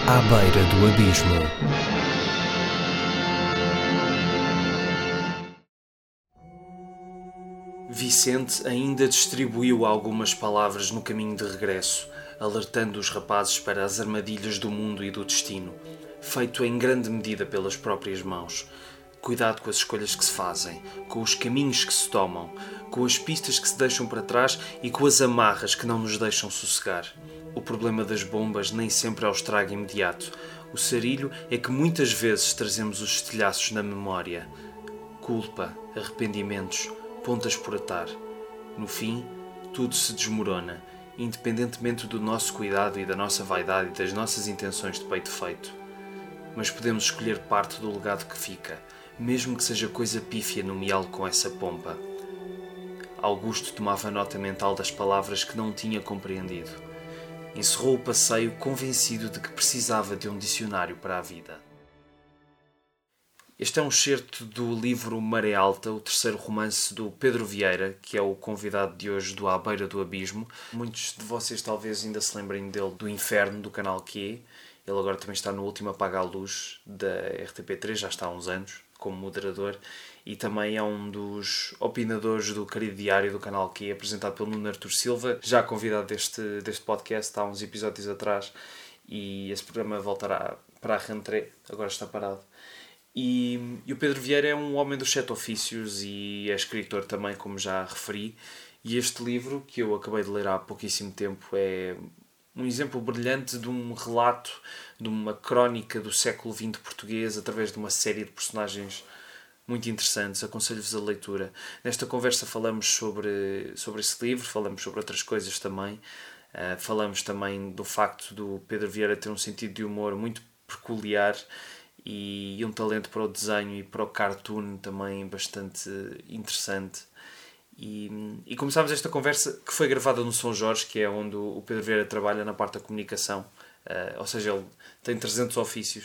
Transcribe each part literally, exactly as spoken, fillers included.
À beira do abismo. Vicente ainda distribuiu algumas palavras no caminho de regresso, alertando os rapazes para as armadilhas do mundo e do destino, feito em grande medida pelas próprias mãos. Cuidado com as escolhas que se fazem, com os caminhos que se tomam, com as pistas que se deixam para trás e com as amarras que não nos deixam sossegar. O problema das bombas nem sempre é o estrago imediato. O sarilho é que muitas vezes trazemos os estilhaços na memória. Culpa, arrependimentos, pontas por atar. No fim, tudo se desmorona, independentemente do nosso cuidado e da nossa vaidade e das nossas intenções de peito feito. Mas podemos escolher parte do legado que fica, mesmo que seja coisa pífia nomeá-lo com essa pompa. Augusto tomava nota mental das palavras que não tinha compreendido. Encerrou o passeio convencido de que precisava de um dicionário para a vida. Este é um excerto do livro Maré Alta, o terceiro romance do Pedro Vieira, que é o convidado de hoje do À Beira do Abismo. Muitos de vocês talvez ainda se lembrem dele do Inferno, do canal Q. Ele agora também está no Último Apaga a Luz, da R T P três, já está há uns anos, como moderador. E também é um dos opinadores do Querido Diário do canal Q, apresentado pelo Nuno Artur Silva, já convidado deste, deste podcast há uns episódios atrás. E esse programa voltará para a rentrée, agora está parado. E, e o Pedro Vieira é um homem dos sete ofícios e é escritor também, como já referi. E este livro, que eu acabei de ler há pouquíssimo tempo, é um exemplo brilhante de um relato, de uma crónica do século vinte português, através de uma série de personagens muito interessantes. Aconselho-vos a leitura. Nesta conversa falamos sobre, sobre esse livro, falamos sobre outras coisas também. Uh, falamos também do facto do Pedro Vieira ter um sentido de humor muito peculiar e um talento para o desenho e para o cartoon também bastante interessante. E, e começámos esta conversa, que foi gravada no São Jorge, que é onde o Pedro Vieira trabalha na parte da comunicação, uh, ou seja, ele tem trezentos ofícios.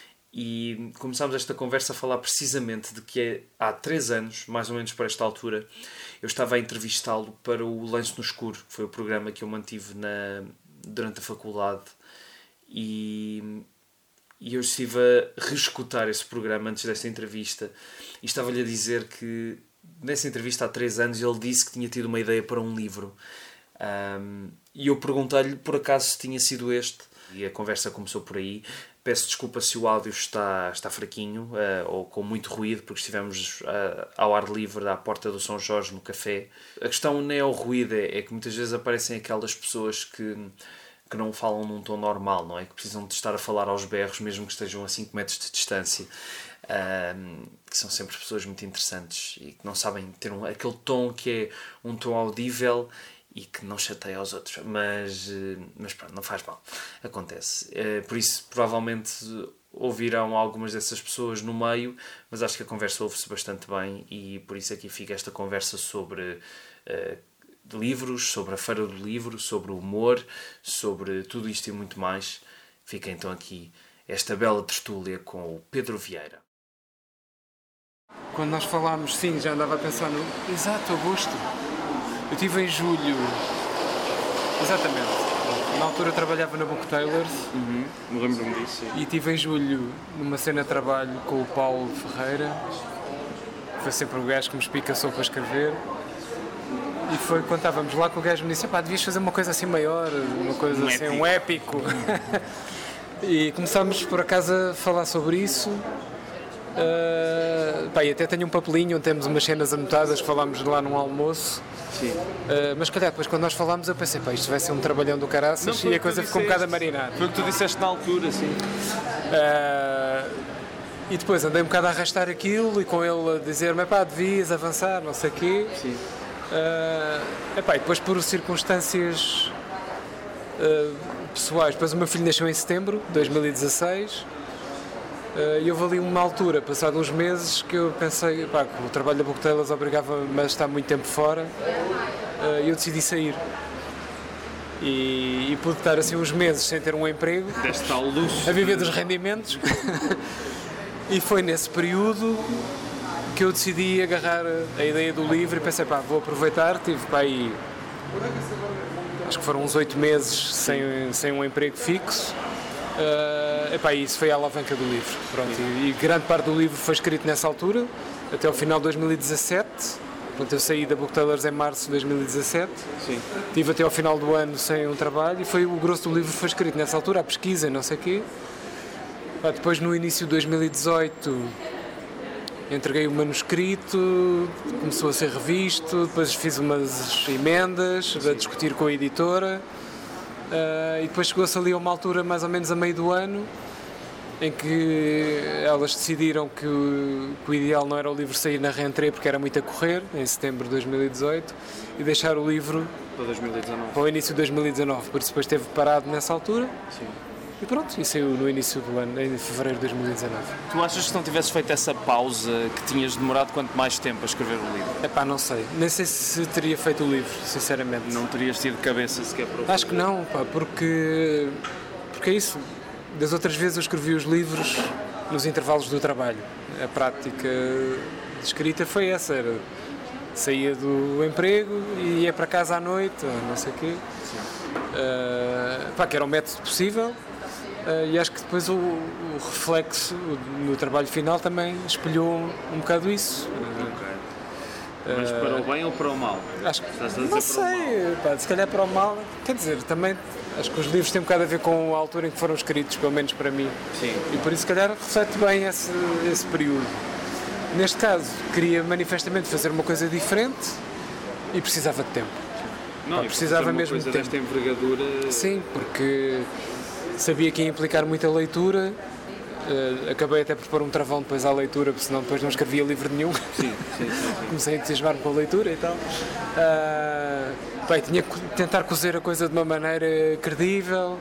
E começámos esta conversa a falar precisamente de que há três anos, mais ou menos para esta altura, eu estava a entrevistá-lo para o Lenço no Escuro, que foi o programa que eu mantive na, durante a faculdade. E... E eu estive a reescutar esse programa antes desta entrevista e estava-lhe a dizer que nessa entrevista há três anos ele disse que tinha tido uma ideia para um livro. Um, e eu perguntei-lhe por acaso se tinha sido este. E a conversa começou por aí. Peço desculpa se o áudio está, está fraquinho uh, ou com muito ruído, porque estivemos uh, ao ar livre à porta do São Jorge, no café. A questão não é o ruído, é, é que muitas vezes aparecem aquelas pessoas que... que não falam num tom normal, não é? Que precisam de estar a falar aos berros, mesmo que estejam a cinco metros de distância. Um, que são sempre pessoas muito interessantes e que não sabem ter um, aquele tom que é um tom audível e que não chateia aos outros. Mas, mas pronto, não faz mal. Acontece. Uh, por isso, provavelmente ouvirão algumas dessas pessoas no meio, mas acho que a conversa ouve-se bastante bem e por isso aqui fica esta conversa sobre... Uh, de livros, sobre a Feira do Livro, sobre o humor, sobre tudo isto e muito mais. Fica então aqui esta bela tertúlia com o Pedro Vieira. Quando nós falámos, sim, já andava a pensar no exato agosto. Eu estive em julho, exatamente. Na altura eu trabalhava na Book Tailors. Uhum, me lembro-me disso. Sim. E estive em julho numa cena de trabalho com o Paulo Ferreira. Foi sempre o gajo que me espicaçou para escrever. E foi quando estávamos lá que o gajo me disse: pá, devias fazer uma coisa assim maior, uma coisa um assim, épico. um épico. E começámos por acaso a falar sobre isso. Uh, pá, e até tenho um papelinho onde temos umas cenas anotadas que falámos lá num almoço. Sim. Uh, mas calhar depois quando nós falámos eu pensei: pá, isto vai ser um trabalhão do caraças. Não, e a coisa ficou um bocado a marinar. Foi o que tu disseste na altura, sim. Uh, e depois andei um bocado a arrastar aquilo e com ele a dizer-me: pá, devias avançar, não sei o quê. Sim. Uh, epá, e depois por circunstâncias uh, pessoais, depois o meu filho nasceu em setembro de dois mil e dezasseis uh, e houve ali uma altura, passado uns meses, que eu pensei epá, que o trabalho da Book Tailors obrigava-me a estar muito tempo fora uh, e eu decidi sair e, e pude estar assim uns meses sem ter um emprego, deste tal luxo, a viver dos rendimentos. E foi nesse período que eu decidi agarrar a ideia do livro e pensei: pá, vou aproveitar. Tive para aí, acho que foram uns oito meses sem, sem um emprego fixo. Uh, Uh, epá, isso foi a alavanca do livro. Pronto, e, e grande parte do livro foi escrito nessa altura, até ao final de dois mil e dezassete. Pronto, eu saí da Booktellers em março de dois mil e dezassete. Sim. Estive até ao final do ano sem um trabalho e foi, o grosso do livro foi escrito nessa altura, a pesquisa, não sei o quê. Pá, depois, no início de dois mil e dezoito, entreguei o manuscrito, começou a ser revisto, depois fiz umas emendas a discutir com a editora. Uh, e depois chegou-se ali a uma altura mais ou menos a meio do ano em que elas decidiram que o, que o ideal não era o livro sair na rentrée porque era muito a correr, em setembro de dois mil e dezoito, e deixar o livro para dois mil e dezanove. Para o início de dois mil e dezanove, por isso depois esteve parado nessa altura. Sim. E pronto, e saiu no início do ano, em fevereiro de dois mil e dezanove. Tu achas que se não tivesses feito essa pausa, que tinhas demorado quanto mais tempo a escrever o livro? Epá, não sei. Nem sei se teria feito o livro, sinceramente. Não terias tido cabeça sequer para o Acho que não, pá, porque... Porque é isso. Das outras vezes eu escrevi os livros nos intervalos do trabalho. A prática de escrita foi essa. Era, saía do emprego e ia para casa à noite, não sei o quê. Uh, pá, que era o método possível. Uh, e acho que depois o, o reflexo no trabalho final também espelhou um bocado isso. Okay. Mas para o bem ou para o mal? Acho que, não sei, pá, se calhar para o mal, quer dizer, também acho que os livros têm um bocado a ver com a altura em que foram escritos, pelo menos para mim. Sim. E por isso se calhar reflete bem esse, esse período. Neste caso, queria manifestamente fazer uma coisa diferente e precisava de tempo. Não, pá, precisava mesmo coisa de tempo. Desta envergadura... Sim, porque sabia que ia implicar muita leitura. Uh, acabei até por pôr um travão depois à leitura, porque senão depois não escrevia livro nenhum. Sim, sim, sim, sim. Comecei a entusiasmar-me com a leitura e tal. Uh, bem, tinha que tentar cozer a coisa de uma maneira credível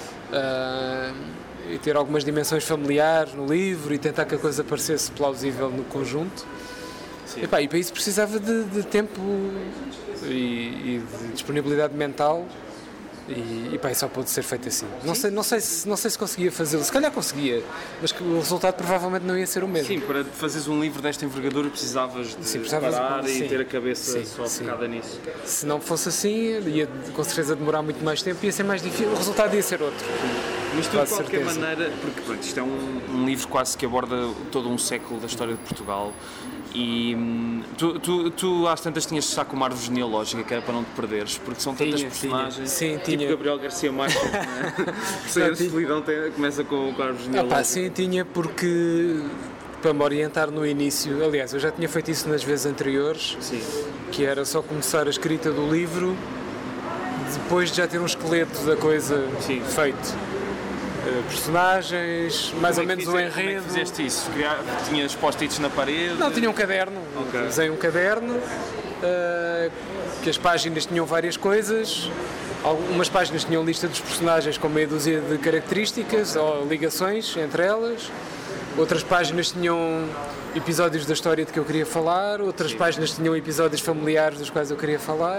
uh, e ter algumas dimensões familiares no livro e tentar que a coisa parecesse plausível no conjunto. E, pá, e para isso precisava de, de tempo e, e de disponibilidade mental. E, e pá, só pode ser feito assim. Não sei, não, sei se, não sei se conseguia fazê-lo, se calhar conseguia, mas que o resultado provavelmente não ia ser o mesmo. Sim, para fazeres um livro desta envergadura precisavas de sim, precisavas parar de... e ter a cabeça sim, só sim. focada nisso. Se não fosse assim, ia com certeza demorar muito mais tempo, ia ser mais difícil, o resultado ia ser outro. Mas tu, de qualquer maneira, porque pronto, isto é um, um livro quase que aborda todo um século da história de Portugal. E tu, tu, tu às tantas tinhas de estar com uma árvore genealógica que era para não te perderes, porque são tantas tinha, personagens, tinha. Sim, tipo tinha. Gabriel Garcia Marques, né? Que a solidão tem, começa com, com a árvore genealógica. Ah, pá, sim, tinha, porque para me orientar no início, aliás, eu já tinha feito isso nas vezes anteriores, sim. Que era só começar a escrita do livro, depois de já ter um esqueleto da coisa sim. feito. Uh, personagens, mais como ou menos o um enredo. Como é que fizeste isso? Tinhas post-its na parede? Não, tinha um caderno. Okay. Usei um caderno, uh, que as páginas tinham várias coisas. Algumas páginas tinham lista dos personagens com meia dúzia de características ou ligações entre elas. Outras páginas tinham episódios da história de que eu queria falar. Outras Sim. páginas tinham episódios familiares dos quais eu queria falar.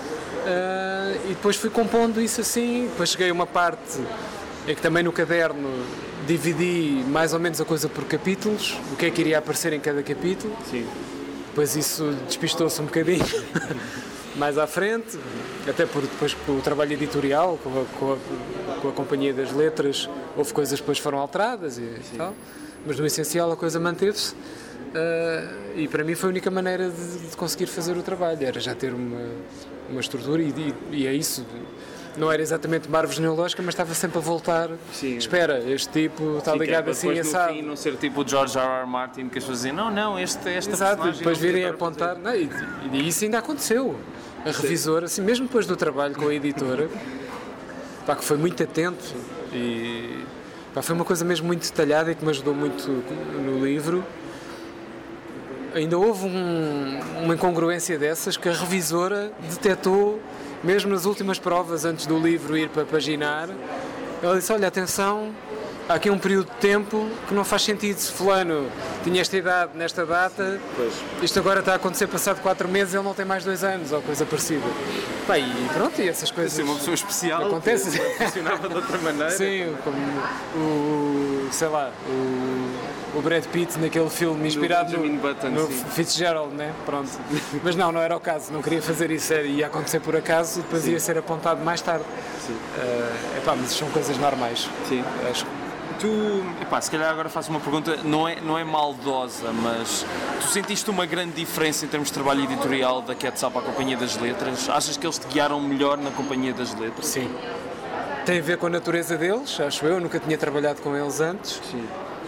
Uh, e depois fui compondo isso assim. Depois cheguei a uma parte em que também no caderno dividi mais ou menos a coisa por capítulos, o que é que iria aparecer em cada capítulo. Sim. Depois isso despistou-se um bocadinho mais à frente, até por depois com o trabalho editorial, com a, com, a, com a Companhia das Letras, houve coisas que depois foram alteradas e Sim. tal, mas no essencial a coisa manteve-se. Uh, e para mim foi a única maneira de, de conseguir fazer o trabalho, era já ter uma, uma estrutura e, e, e é isso. Não era exatamente uma árvore genealógica, mas estava sempre a voltar. Sim. Espera, este tipo está Sim, ligado é assim, assado. No fim, não ser tipo o George R R. Martin, que as pessoas dizem, não, não, este, esta Exato, e depois virem a apontar. Não, e, e isso ainda aconteceu. A revisora, assim, mesmo depois do trabalho com a editora, pá, que foi muito atento e pá, foi uma coisa mesmo muito detalhada e que me ajudou muito no livro. Ainda houve um, uma incongruência dessas que a revisora detectou mesmo nas últimas provas antes do livro ir para paginar. Ela disse, olha, atenção, há aqui um período de tempo que não faz sentido. Se fulano tinha esta idade nesta data, pois. Isto agora está a acontecer passado quatro meses, ele não tem mais dois anos, ou coisa parecida. Pá, e pronto, e essas coisas... Ser uma pessoa especial, acontece. Funcionava de outra maneira. Sim, como o, sei lá, o, o Brad Pitt naquele filme inspirado no, Button, no sim. Fitzgerald, né? Pronto. Mas não, não era o caso, não queria fazer isso, ia acontecer por acaso e depois sim. ia ser apontado mais tarde. Sim. Uh, epá, mas são coisas normais. Sim. Acho, Tu, epá, se calhar agora faço uma pergunta, não é, não é maldosa, mas tu sentiste uma grande diferença em termos de trabalho editorial da Quetzal para a Companhia das Letras? Achas que eles te guiaram melhor na Companhia das Letras? Sim. Tem a ver com a natureza deles, acho eu, eu nunca tinha trabalhado com eles antes. Sim.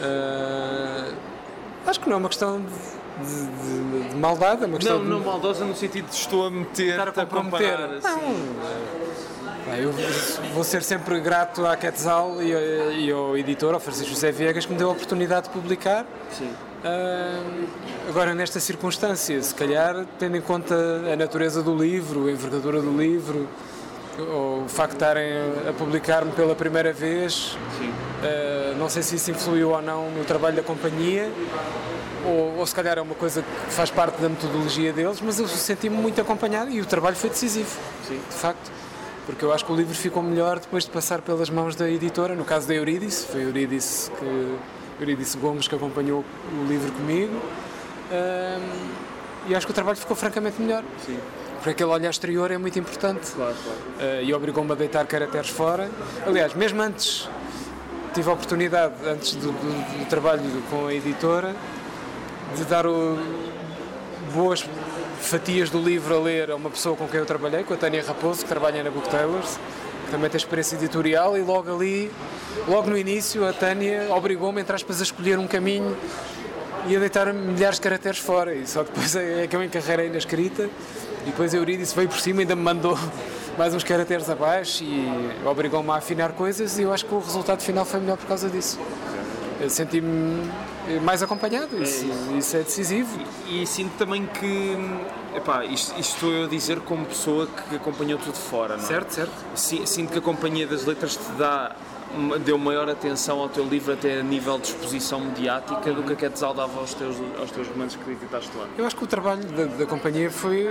Uh, acho que não é uma questão de, de, de, de maldade, é uma questão Não, de... não maldosa no sentido de estou a meter, Estar a comprometer. comparar, Não. assim. Eu vou ser sempre grato à Quetzal e, e ao editor, ao Francisco José Viegas, que me deu a oportunidade de publicar. Sim. Uh, agora, nesta circunstância, se calhar, tendo em conta a natureza do livro, a envergadura do livro, ou o facto de estarem a publicar-me pela primeira vez, uh, não sei se isso influiu ou não no trabalho da companhia, ou, ou se calhar é uma coisa que faz parte da metodologia deles, mas eu senti-me muito acompanhado e o trabalho foi decisivo, Sim. de facto, porque eu acho que o livro ficou melhor depois de passar pelas mãos da editora, no caso da Eurídice, foi a Eurídice, que, Eurídice Gomes que acompanhou o livro comigo, uh, e acho que o trabalho ficou francamente melhor. Sim. Porque aquele olhar exterior é muito importante. Claro, claro. Uh, e obrigou-me a deitar caracteres fora. Aliás, mesmo antes, tive a oportunidade, antes do, do, do trabalho com a editora, de dar o, boas fatias do livro a ler a uma pessoa com quem eu trabalhei, com a Tânia Raposo, que trabalha na Book Tailors, que também tem experiência editorial, e logo ali, logo no início, a Tânia obrigou-me, entre aspas, a escolher um caminho e a deitar milhares de caracteres fora. E só depois é que eu encarreirei na escrita. E depois a Eurídice veio por cima e ainda me mandou mais uns caracteres abaixo e obrigou-me a afinar coisas, e eu acho que o resultado final foi melhor por causa disso. Eu senti-me mais acompanhado, isso é, isso é decisivo. E, e sinto também que, epá, isto, isto estou eu a dizer como pessoa que acompanhou tudo fora, não é? Certo, certo. Sinto que a Companhia das Letras te dá, deu maior atenção ao teu livro até a nível de exposição mediática do que a Quetzal dava aos teus, aos teus romances que editaste lá. Eu acho que o trabalho da, da companhia foi,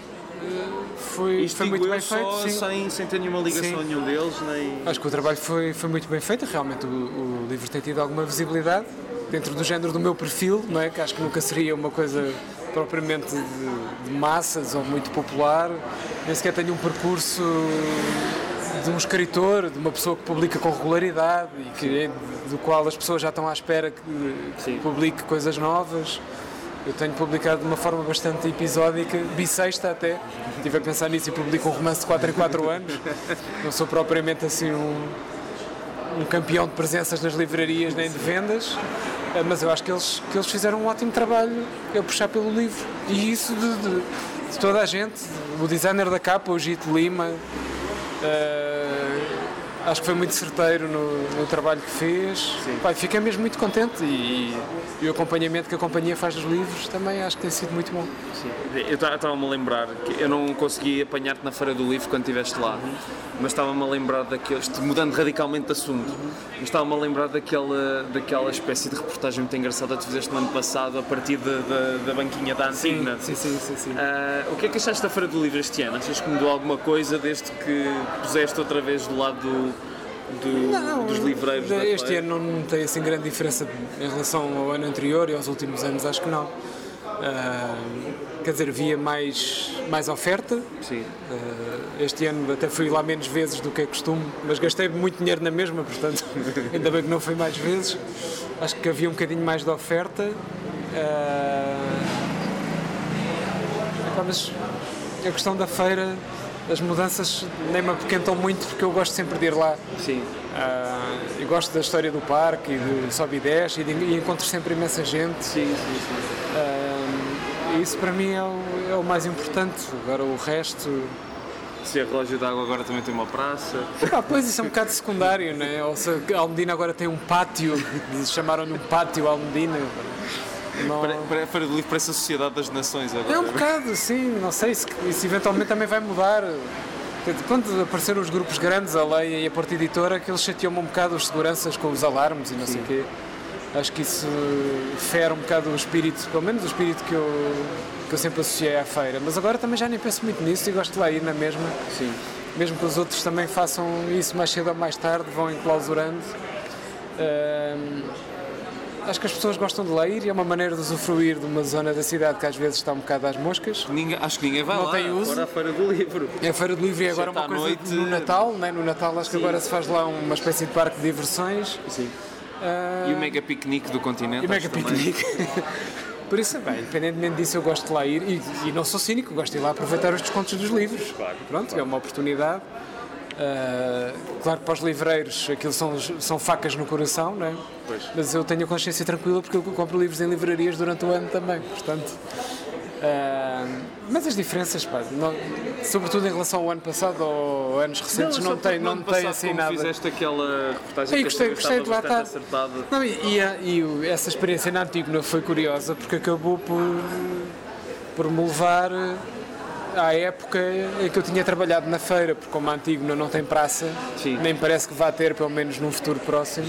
foi, Isto foi muito eu bem só feito. Sim. Sem, sem ter nenhuma ligação a nenhum deles, nem... Acho que o trabalho foi, foi muito bem feito, realmente o, o livro tem tido alguma visibilidade dentro do género do meu perfil, não é? Que acho que nunca seria uma coisa propriamente de, de massas ou muito popular, nem sequer tenho um percurso de um escritor, de uma pessoa que publica com regularidade e que, do qual as pessoas já estão à espera que, que publique coisas novas. Eu tenho publicado de uma forma bastante episódica, bissexta até. Estive a pensar nisso e publico um romance de quatro em quatro anos. Não sou propriamente assim um, um campeão de presenças nas livrarias nem de vendas, mas eu acho que eles, que eles fizeram um ótimo trabalho a puxar pelo livro. E isso de, de, de toda a gente, o designer da capa, o Gito Lima, uh, acho que foi muito certeiro no, no trabalho que fez. Pai, fiquei mesmo muito contente e, e o acompanhamento que a companhia faz dos livros também acho que tem sido muito bom. Sim. Eu estava-me a lembrar que eu não consegui apanhar-te na Feira do Livro quando estiveste lá, uhum. mas estava-me a lembrar daqueles, mudando radicalmente de assunto, uhum. mas estava-me a lembrar daquela, daquela espécie de reportagem muito engraçada que tu fizeste no ano passado a partir de, de, da banquinha da Antigna. Sim, sim, sim. sim, sim. Uh, o que é que achaste da Feira do Livro este ano? Achas que mudou alguma coisa desde que puseste outra vez do lado do, do, não, dos livreiros da Este feira? ano não tem assim grande diferença em relação ao ano anterior e aos últimos anos, acho que não. Uh, quer dizer, havia mais, mais oferta. Sim. Uh, este ano até fui lá menos vezes do que é costume, mas gastei muito dinheiro na mesma, portanto, ainda bem que não fui mais vezes. Acho que havia um bocadinho mais de oferta. Uh, epá, mas a questão da feira, as mudanças nem me apoquentam muito porque eu gosto sempre de ir lá. Sim. Uh, eu gosto da história do parque e de sobe e desce e, de, e encontro sempre imensa gente. Sim, sim, sim. Uh, isso para mim é o, é o mais importante. Agora o resto... Se a Relógio d'Água agora também tem uma praça. Ah, pois isso é um bocado secundário, não é? Ou se a Almedina agora tem um pátio, chamaram-lhe um pátio Almedina. Não... Para, para, livro parece a Sociedade das Nações agora. É um bocado, sim, não sei se isso eventualmente também vai mudar. Quando apareceram os grupos grandes, a Leia e a Porta Editora, que eles chateam-me um bocado os seguranças com os alarmes e não sei o quê. Acho que isso fere um bocado o espírito, pelo menos o espírito que eu, que eu sempre associei à feira. Mas agora também já nem penso muito nisso e gosto de lá ir na mesma. Sim. Mesmo que os outros também façam isso mais cedo ou mais tarde, vão enclausurando. Uh, acho que as pessoas gostam de lá ir e é uma maneira de usufruir de uma zona da cidade que às vezes está um bocado às moscas. Ninguém, acho que ninguém vai não lá, tem uso. Agora a Feira do Livro. É a Feira do Livro e agora uma coisa noite... no Natal, né? No Natal acho Sim. que agora se faz lá uma espécie de parque de diversões. Sim. Uh, e o Mega Piquenique do Continente. E o Mega Piquenique. Por isso, bem, independentemente disso, eu gosto de lá ir, e, e não sou cínico, gosto de ir lá aproveitar os descontos dos livros. Claro, Pronto, claro. É uma oportunidade. Uh, claro que para os livreiros aquilo são, são facas no coração, não é? Pois. Mas eu tenho a consciência tranquila porque eu compro livros em livrarias durante o ano também, portanto... Uh, mas as diferenças, pá, não, sobretudo em relação ao ano passado ou anos recentes, não, não tem, não no tem passado, assim como nada. Fizeste aquela reportagem Ei, que gostei, eu gostei de lá bastante estar. acertada. Não, e, e, a- e o- essa experiência na Antígona foi curiosa porque acabou por, por me levar à época em que eu tinha trabalhado na feira, porque como a Antígona não tem praça, Sim. nem parece que vá ter, pelo menos num futuro próximo,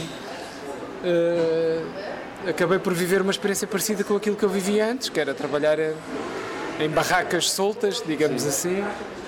eh, acabei por viver uma experiência parecida com aquilo que eu vivia antes, que era trabalhar em, em barracas soltas, digamos assim,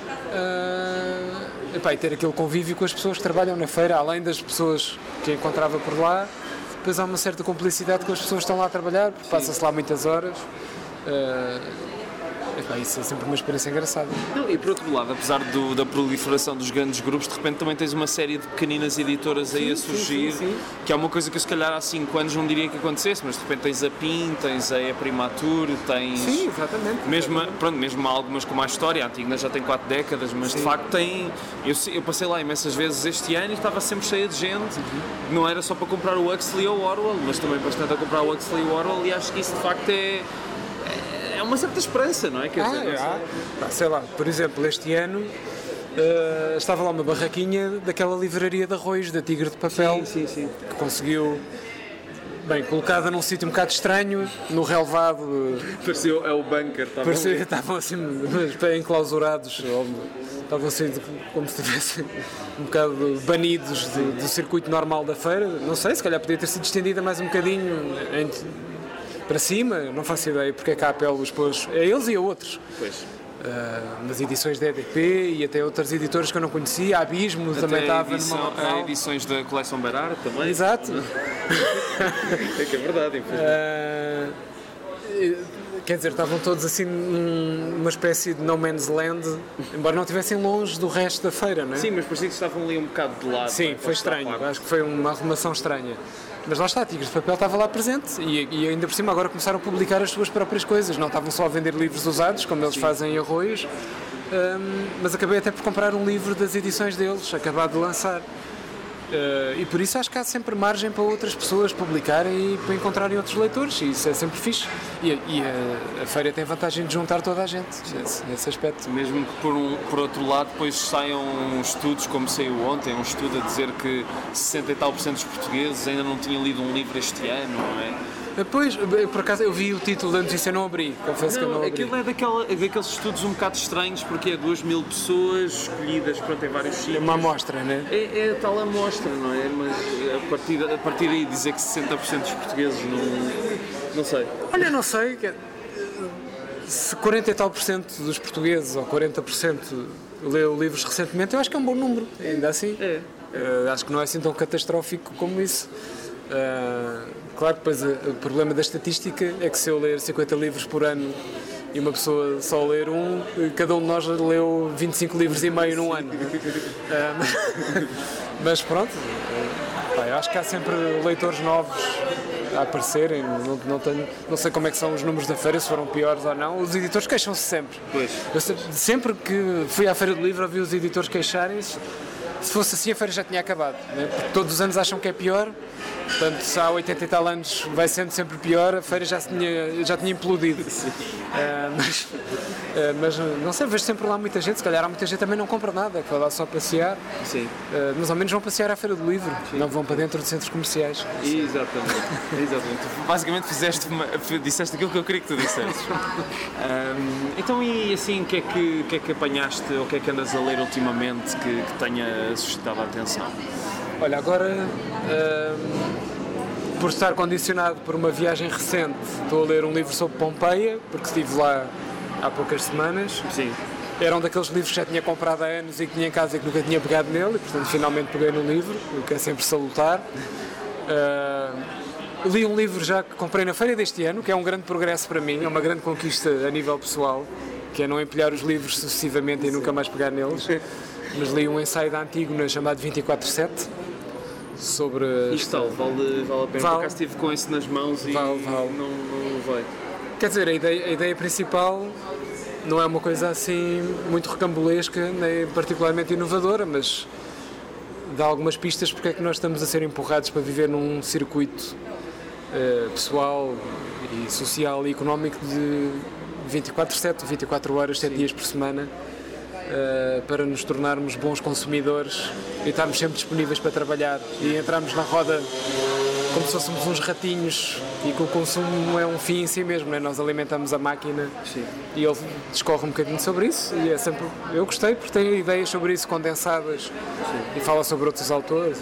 eh, epá, e ter aquele convívio com as pessoas que trabalham na feira, além das pessoas que encontrava por lá. Depois há uma certa cumplicidade com as pessoas que estão lá a trabalhar, porque passa-se lá muitas horas. eh, epá, isso é sempre uma experiência engraçada. Não, e por outro lado, apesar do- da proliferação dos grandes grupos, de repente também tens uma série de pequeninas editoras aí a sim, surgir, sim, sim. que é uma coisa que eu se calhar há cinco anos não diria que acontecesse, mas de repente tens a Pin, tens a Primatur, tens... Sim, exatamente. Mesmo, pronto, mesmo há algumas com mais história, a Antígona já tem quatro décadas, mas de facto tem... Eu, se- eu passei lá imensas vezes este ano e estava sempre cheia de gente, não era só para comprar o Huxley ou o Orwell, mas também bastante a comprar o Huxley e o Orwell, e acho que isso de facto é... É uma certa esperança, não é? Quer dizer, Ah, não sei. há. Pá, sei lá, por exemplo, este ano eh, estava lá uma barraquinha daquela livraria de arroz, da Tigre de Papel, Sim, sim, sim. que conseguiu, bem, colocada num sítio um bocado estranho, no relevado, eh, Pareceu, é o bunker, tá parecia que estavam assim, mas bem enclausurados, ou, estavam assim de- como se estivessem um bocado banidos de- do circuito normal da feira. Não sei, se calhar podia ter sido estendida mais um bocadinho em- para cima, não faço ideia porque é que a Apple os pôs, a eles e a outros. Pois. Uh, nas edições da E D P e até outras editoras que eu não conhecia, a Abismo também Até estava edição, numa há lateral. edições da coleção Berara também. Exato. É que é verdade, infelizmente. Uh, quer dizer, estavam todos assim num- numa espécie de no man's land, embora não estivessem longe do resto da feira, não é? Sim, mas parecia que estavam ali um bocado de lado. Sim, não é? foi estranho, acho que foi uma arrumação estranha. Mas lá está, Tigres de Papel estava lá presente e, e ainda por cima agora começaram a publicar as suas próprias coisas, não estavam só a vender livros usados, como eles fazem em Arroios, hum, mas acabei até por comprar um livro das edições deles, acabado de lançar. Uh, e por isso acho que há sempre margem para outras pessoas publicarem e para encontrarem outros leitores, e isso é sempre fixe. E, e a, a feira tem a vantagem de juntar toda a gente, nesse, nesse aspecto. Mesmo que por, um, por outro lado depois saiam estudos, como saiu ontem, um estudo a dizer que sessenta e tal por cento dos portugueses ainda não tinham lido um livro este ano, não é? Depois, por acaso, eu vi o título da notícia e não abri, confesso que eu Não, não abri. aquilo é daquela, daqueles estudos um bocado estranhos, porque é duas mil pessoas escolhidas, pronto, em vários sítios. É uma amostra, né? É, é tal amostra, não é? Mas a partir, a partir daí dizer que sessenta por cento dos portugueses não... não sei. Olha, não sei, que- se quarenta e tal por cento dos portugueses ou quarenta por cento leu livros recentemente, eu acho que é um bom número, ainda assim. É. Uh, acho que não é assim tão catastrófico como isso. Uh, claro que depois uh, o problema da estatística é que se eu ler cinquenta livros por ano e uma pessoa só ler um, cada um de nós leu vinte e cinco livros e meio num ano. Uh, mas, mas pronto, uh, pá, eu acho que há sempre leitores novos a aparecerem, não, não, tenho, não sei como é que são os números da feira, se foram piores ou não. Os editores queixam-se sempre. Pois. Eu sempre, sempre que fui à Feira do Livro ouvi os editores queixarem-se. Se fosse assim a feira já tinha acabado, né? Porque todos os anos acham que é pior, portanto se há oitenta e tal anos vai sendo sempre pior, a feira já, se tinha, já tinha implodido. Uh, mas, uh, mas não sei, vejo sempre lá muita gente, se calhar há muita gente que também não compra nada, que vai lá só passear, Sim. uh, mas ao menos vão passear à Feira do Livro, não vão para dentro de centros comerciais. Exatamente. Exatamente. Tu basicamente fizeste uma, disseste aquilo que eu queria que tu dissesses. Ahm, então, e assim, o que, é que, o que é que apanhaste ou o que é que andas a ler ultimamente que, que tenha suscitado a atenção? Olha, agora, hum, por estar condicionado por uma viagem recente, estou a ler um livro sobre Pompeia, porque estive lá há poucas semanas. Sim. Era um daqueles livros que já tinha comprado há anos e que tinha em casa e que nunca tinha pegado nele, e portanto finalmente peguei no livro, o que é sempre salutar. Uh, li um livro já que comprei na feira deste ano, que é um grande progresso para mim, é uma grande conquista a nível pessoal, que é não empilhar os livros sucessivamente e nunca mais pegar neles. Mas li um ensaio da Antígona chamado vinte e quatro sete, sobre... E que tal? Vale, vale a pena? Vale. Por acaso estive com esse nas mãos e Vale, vale. não, não levei. Quer dizer, a ideia, a ideia principal não é uma coisa assim muito recambulesca, nem particularmente inovadora, mas dá algumas pistas porque é que nós estamos a ser empurrados para viver num circuito uh, pessoal e social e económico de vinte e quatro sete, vinte e quatro horas, sete dias por semana, uh, para nos tornarmos bons consumidores e estarmos sempre disponíveis para trabalhar e entrarmos na roda como se fôssemos uns ratinhos e que o consumo é um fim em si mesmo, né? Nós alimentamos a máquina. Sim. E ele discorre um bocadinho sobre isso e é sempre... Eu gostei porque tem ideias sobre isso condensadas. Sim. E fala sobre outros autores.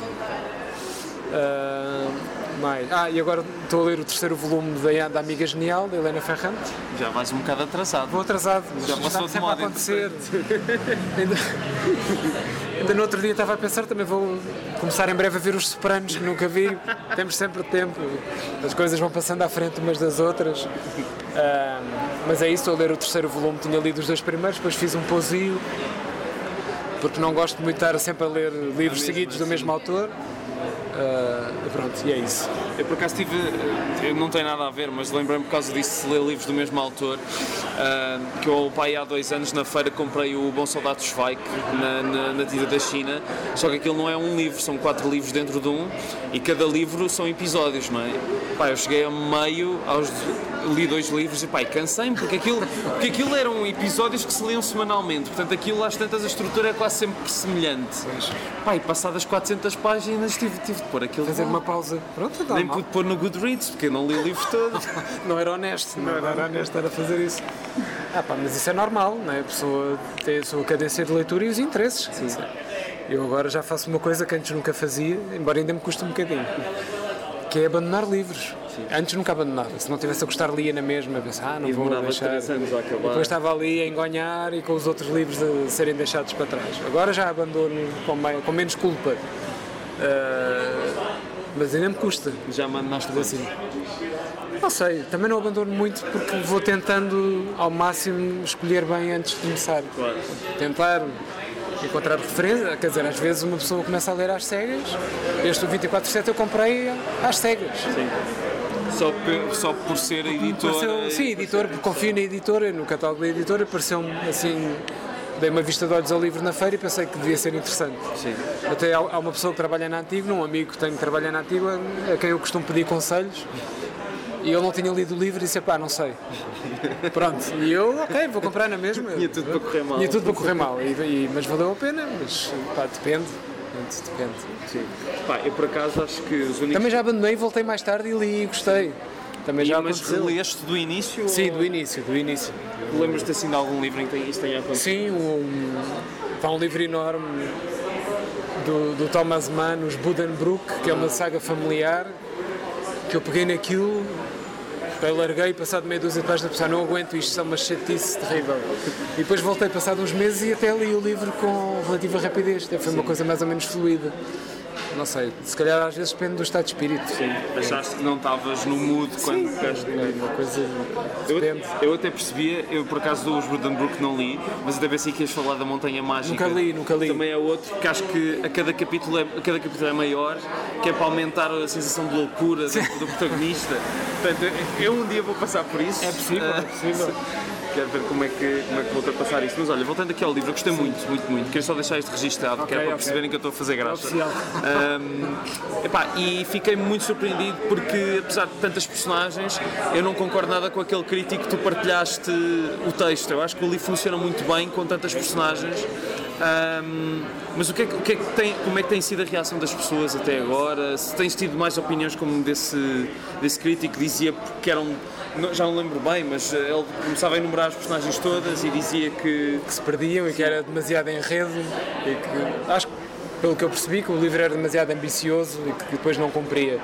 Uh, mais. Ah, e agora estou a ler o terceiro volume da, da Amiga Genial, da Helena Ferrante. Já vais um bocado atrasado. Vou atrasado, mas já passou está sempre a acontecer. ainda, ainda no outro dia estava a pensar, também vou começar em breve a ver Os Sopranos, que nunca vi. Temos sempre tempo, as coisas vão passando à frente umas das outras. Uh, mas é isso, estou a ler o terceiro volume, tinha lido os dois primeiros, depois fiz um pousio, porque não gosto muito de estar sempre a ler livros seguidos do mesmo autor. Uh, pronto, e é isso. Eu por acaso tive, eu não tem nada a ver, mas lembrei-me por causa disso de ler livros do mesmo autor, uh, que eu, pai, há dois anos na feira comprei o Bom Soldado Schweik na, na, na tinta da China, só que aquilo não é um livro, são quatro livros dentro de um e cada livro são episódios, não é? Pá, eu cheguei a meio, aos, li dois livros e pá, cansei-me, porque aquilo, porque aquilo eram episódios que se liam semanalmente, portanto aquilo às tantas a estrutura é quase sempre semelhante. Pá, e passadas quatrocentas páginas tive, tive de pôr aquilo. Fazer uma pausa. Pronto, nem pude pôr no Goodreads, porque eu não li o livro todo. Não era honesto, não era honesto estar a fazer isso. Ah pá, mas isso é normal, não é? A pessoa tem a sua cadência de leitura e os interesses. Sim. Eu agora já faço uma coisa que antes nunca fazia, embora ainda me custe um bocadinho, que é abandonar livros. Sim. Antes nunca abandonava, se não tivesse a gostar lia na mesma, a pensar, ah, não e vou deixar. três anos a acabar. Depois estava ali a engonhar e com os outros livros a serem deixados para trás. Agora já abandono com, mais, com menos culpa. Uh, mas ainda me custa. Já abandonaste assim? Não sei, também não abandono muito porque vou tentando ao máximo escolher bem antes de começar. Claro. Tentar encontrar referência, quer dizer, às vezes uma pessoa começa a ler às cegas. Este vinte e quatro sete eu comprei às cegas. Sim. Só por, só por ser editora? Pareceu, sim, editor, porque confio na editora, no catálogo da editora, pareceu-me assim, dei uma vista de olhos ao livro na feira e pensei que devia ser interessante. Sim. Até há, há uma pessoa que trabalha na Antigo, um amigo que tenho que trabalha na Antigo, a quem eu costumo pedir conselhos, e ele não tinha lido o livro e disse, pá, não sei. Pronto, e eu, ok, vou comprar na mesma. Tinha tudo para correr mal. Tinha tudo para correr mal, e, e, mas valeu a pena, mas pá, depende. Depende. Sim. Pá, eu por acaso acho que os únicos... Também já abandonei, voltei mais tarde e li e gostei. Também e, já mas aconteceu. releste do início? Sim, ou... do início, do início. Lembras-te assim de algum livro em que isso tenha acontecido? Sim, um, está um livro enorme do, do Thomas Mann, Os Buddenbrook, que é uma saga familiar, que eu peguei naquilo, eu larguei, passado meia dúzia de páginas, pensar, não aguento isto, é uma chatice terrível. E depois voltei, passado uns meses, e até li o livro com relativa rapidez, foi uma coisa mais ou menos fluida. Não sei, se calhar às vezes depende do estado de espírito. Sim, achaste que não estavas no mood quando pegaste no livro? É uma coisa, depende. Eu, eu até percebia, eu por acaso dos Buddenbrook não li, mas até pensei que ias falar da Montanha Mágica. Nunca li, nunca li. Também é outro, que acho que a cada capítulo é, a cada capítulo é maior, que é para aumentar a sensação de loucura do, do protagonista. Portanto, eu um dia vou passar por isso. É possível, é possível. Quero ver como é, que, como é que vou ultrapassar isso. Mas olha, voltando aqui ao livro, eu gostei muito, muito, muito. Queria só deixar isto registado, okay, que é para okay. perceberem que eu estou a fazer graça. Um, epá, e fiquei muito surpreendido porque, apesar de tantas personagens, eu não concordo nada com aquele crítico que tu partilhaste o texto. Eu acho que o livro funciona muito bem com tantas personagens. Um, mas o que, é, o que é que tem, como é que tem sido a reação das pessoas até agora? Se tens tido mais opiniões como desse, desse crítico que dizia que eram, já não lembro bem, mas ele começava a enumerar as personagens todas e dizia que, que se perdiam e que era demasiado enredo e que, acho que pelo que eu percebi, que o livro era demasiado ambicioso e que depois não cumpria.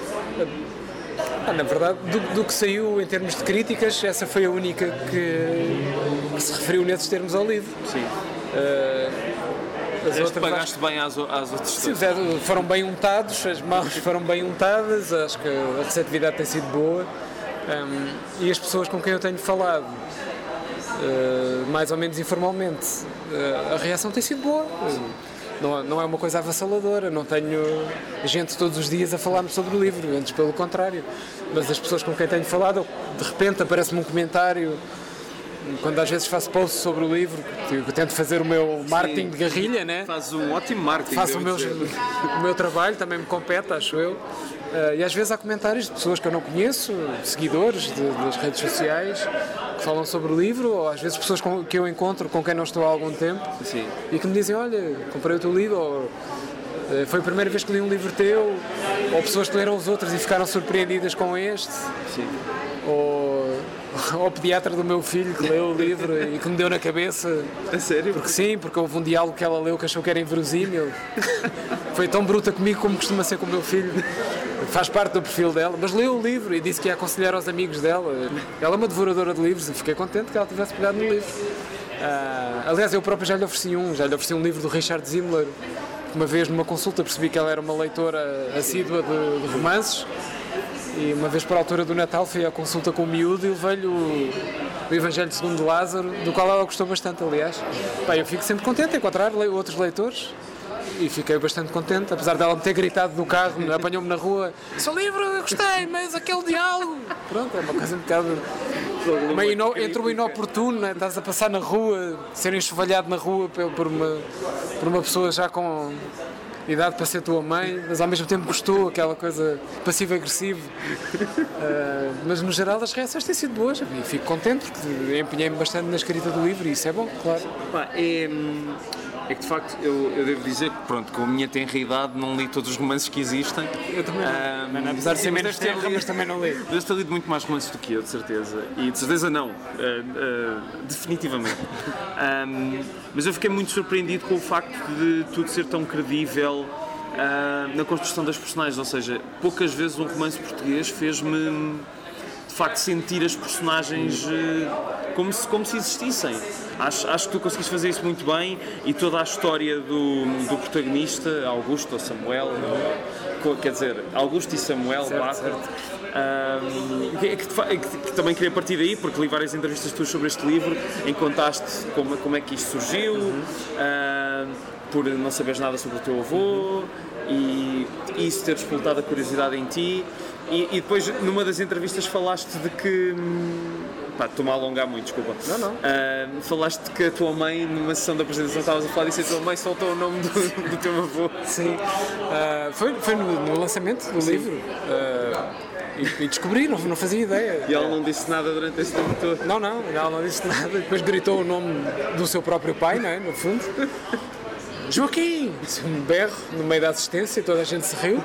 Ah, na verdade, do, do que saiu em termos de críticas, essa foi a única que, que se referiu nesses termos ao livro. Sim. Uh, as outras pagaste bem às, às outras sim, foram bem untados, as mãos foram bem untadas, acho que a receptividade tem sido boa. Um, e as pessoas com quem eu tenho falado, uh, mais ou menos informalmente, uh, a reação tem sido boa. Uh, Não, não é uma coisa avassaladora, não tenho gente todos os dias a falar-me sobre o livro, antes pelo contrário. Mas as pessoas com quem tenho falado, de repente aparece-me um comentário, quando às vezes faço posts sobre o livro, eu tento fazer o meu marketing Sim. de guerrilha, né? Faz um ótimo marketing. Faço o meu, o meu trabalho, também me compete, acho eu. Uh, e às vezes há comentários de pessoas que eu não conheço, seguidores de, das redes sociais, que falam sobre o livro, ou às vezes pessoas com, que eu encontro com quem não estou há algum tempo Sim. e que me dizem, olha, comprei o teu livro, ou uh, foi a primeira vez que li um livro teu, ou pessoas que leram os outros e ficaram surpreendidas com este. Sim. Ou ao pediatra do meu filho que leu o livro e que me deu na cabeça. A sério? Porque sim, porque houve um diálogo que ela leu que achou que era inverosímil. Foi tão bruta comigo como costuma ser com o meu filho. Faz parte do perfil dela, mas leu o livro e disse que ia aconselhar aos amigos dela. Ela é uma devoradora de livros e fiquei contente que ela tivesse pegado no livro. Uh, aliás, eu próprio já lhe ofereci um, já lhe ofereci um livro do Richard Zimmler. Uma vez numa consulta percebi que ela era uma leitora assídua de, de romances. E uma vez para a altura do Natal fui à consulta com o miúdo e levei-lhe o, o Evangelho segundo Lázaro, do qual ela gostou bastante, aliás. Bem, eu fico sempre contente em encontrar le- outros leitores e fiquei bastante contente, apesar dela me ter gritado no carro, apanhou-me na rua, seu livro, eu gostei, mas aquele diálogo... Pronto, é uma coisa um bocado... Meio ino, entre o inoportuno, né? Estás a passar na rua, ser enxovalhado na rua por uma, por uma pessoa já com... idade para ser tua mãe, mas ao mesmo tempo gostou, aquela coisa passivo-agressivo. Uh, mas no geral as reações têm sido boas e fico contente porque empenhei-me bastante na escrita do livro e isso é bom, claro. Pá, é, é que de facto eu, eu devo dizer que pronto, com a minha tenra idade não li todos os romances que existem. Eu também não, um, apesar de ser menos tenra, mas também não li. Deves ter lido muito mais romances do que eu, de certeza. E de certeza não, uh, uh, definitivamente. Um, mas eu fiquei muito surpreendido com o facto de tudo ser tão credível uh, na construção das personagens, ou seja, poucas vezes um romance português fez-me de facto sentir as personagens uh, como, se, como se existissem. Acho, acho que tu conseguiste fazer isso muito bem e toda a história do, do protagonista, Augusto ou Samuel, ou, quer dizer, Augusto e Samuel, certo, Bata, certo. Um, que, que, que, que também queria partir daí, porque li várias entrevistas tuas sobre este livro, em que contaste como, como é que isto surgiu, uhum. uh, por não saberes nada sobre o teu avô, uhum. e isso ter despertado a curiosidade em ti, e, e depois numa das entrevistas falaste de que... Pá, estou-me a alongar muito, desculpa. Não, não. Uh, falaste que a tua mãe, numa sessão da apresentação, estavas a falar disso e a tua mãe soltou o nome do, do teu avô. Sim. Uh, foi foi no, no lançamento do Sim. livro. Uh, E, e descobri, não, não fazia ideia. E ela não disse nada durante esse tempo todo? Não, não, ela não disse nada. Depois gritou o nome do seu próprio pai, não é? No fundo. Joaquim! Disse um berro no meio da assistência, toda a gente se riu.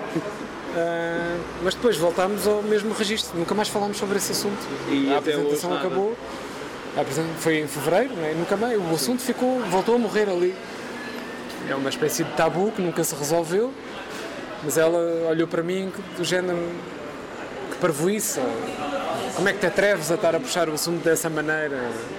Uh, mas depois voltámos ao mesmo registro, nunca mais falámos sobre esse assunto. E a apresentação acabou, a apresentação foi em fevereiro, não é? Nunca mais. O assunto ficou, voltou a morrer ali. É uma espécie de tabu que nunca se resolveu, mas ela olhou para mim do género. Parvoíce, como é que te atreves a estar a puxar o assunto dessa maneira,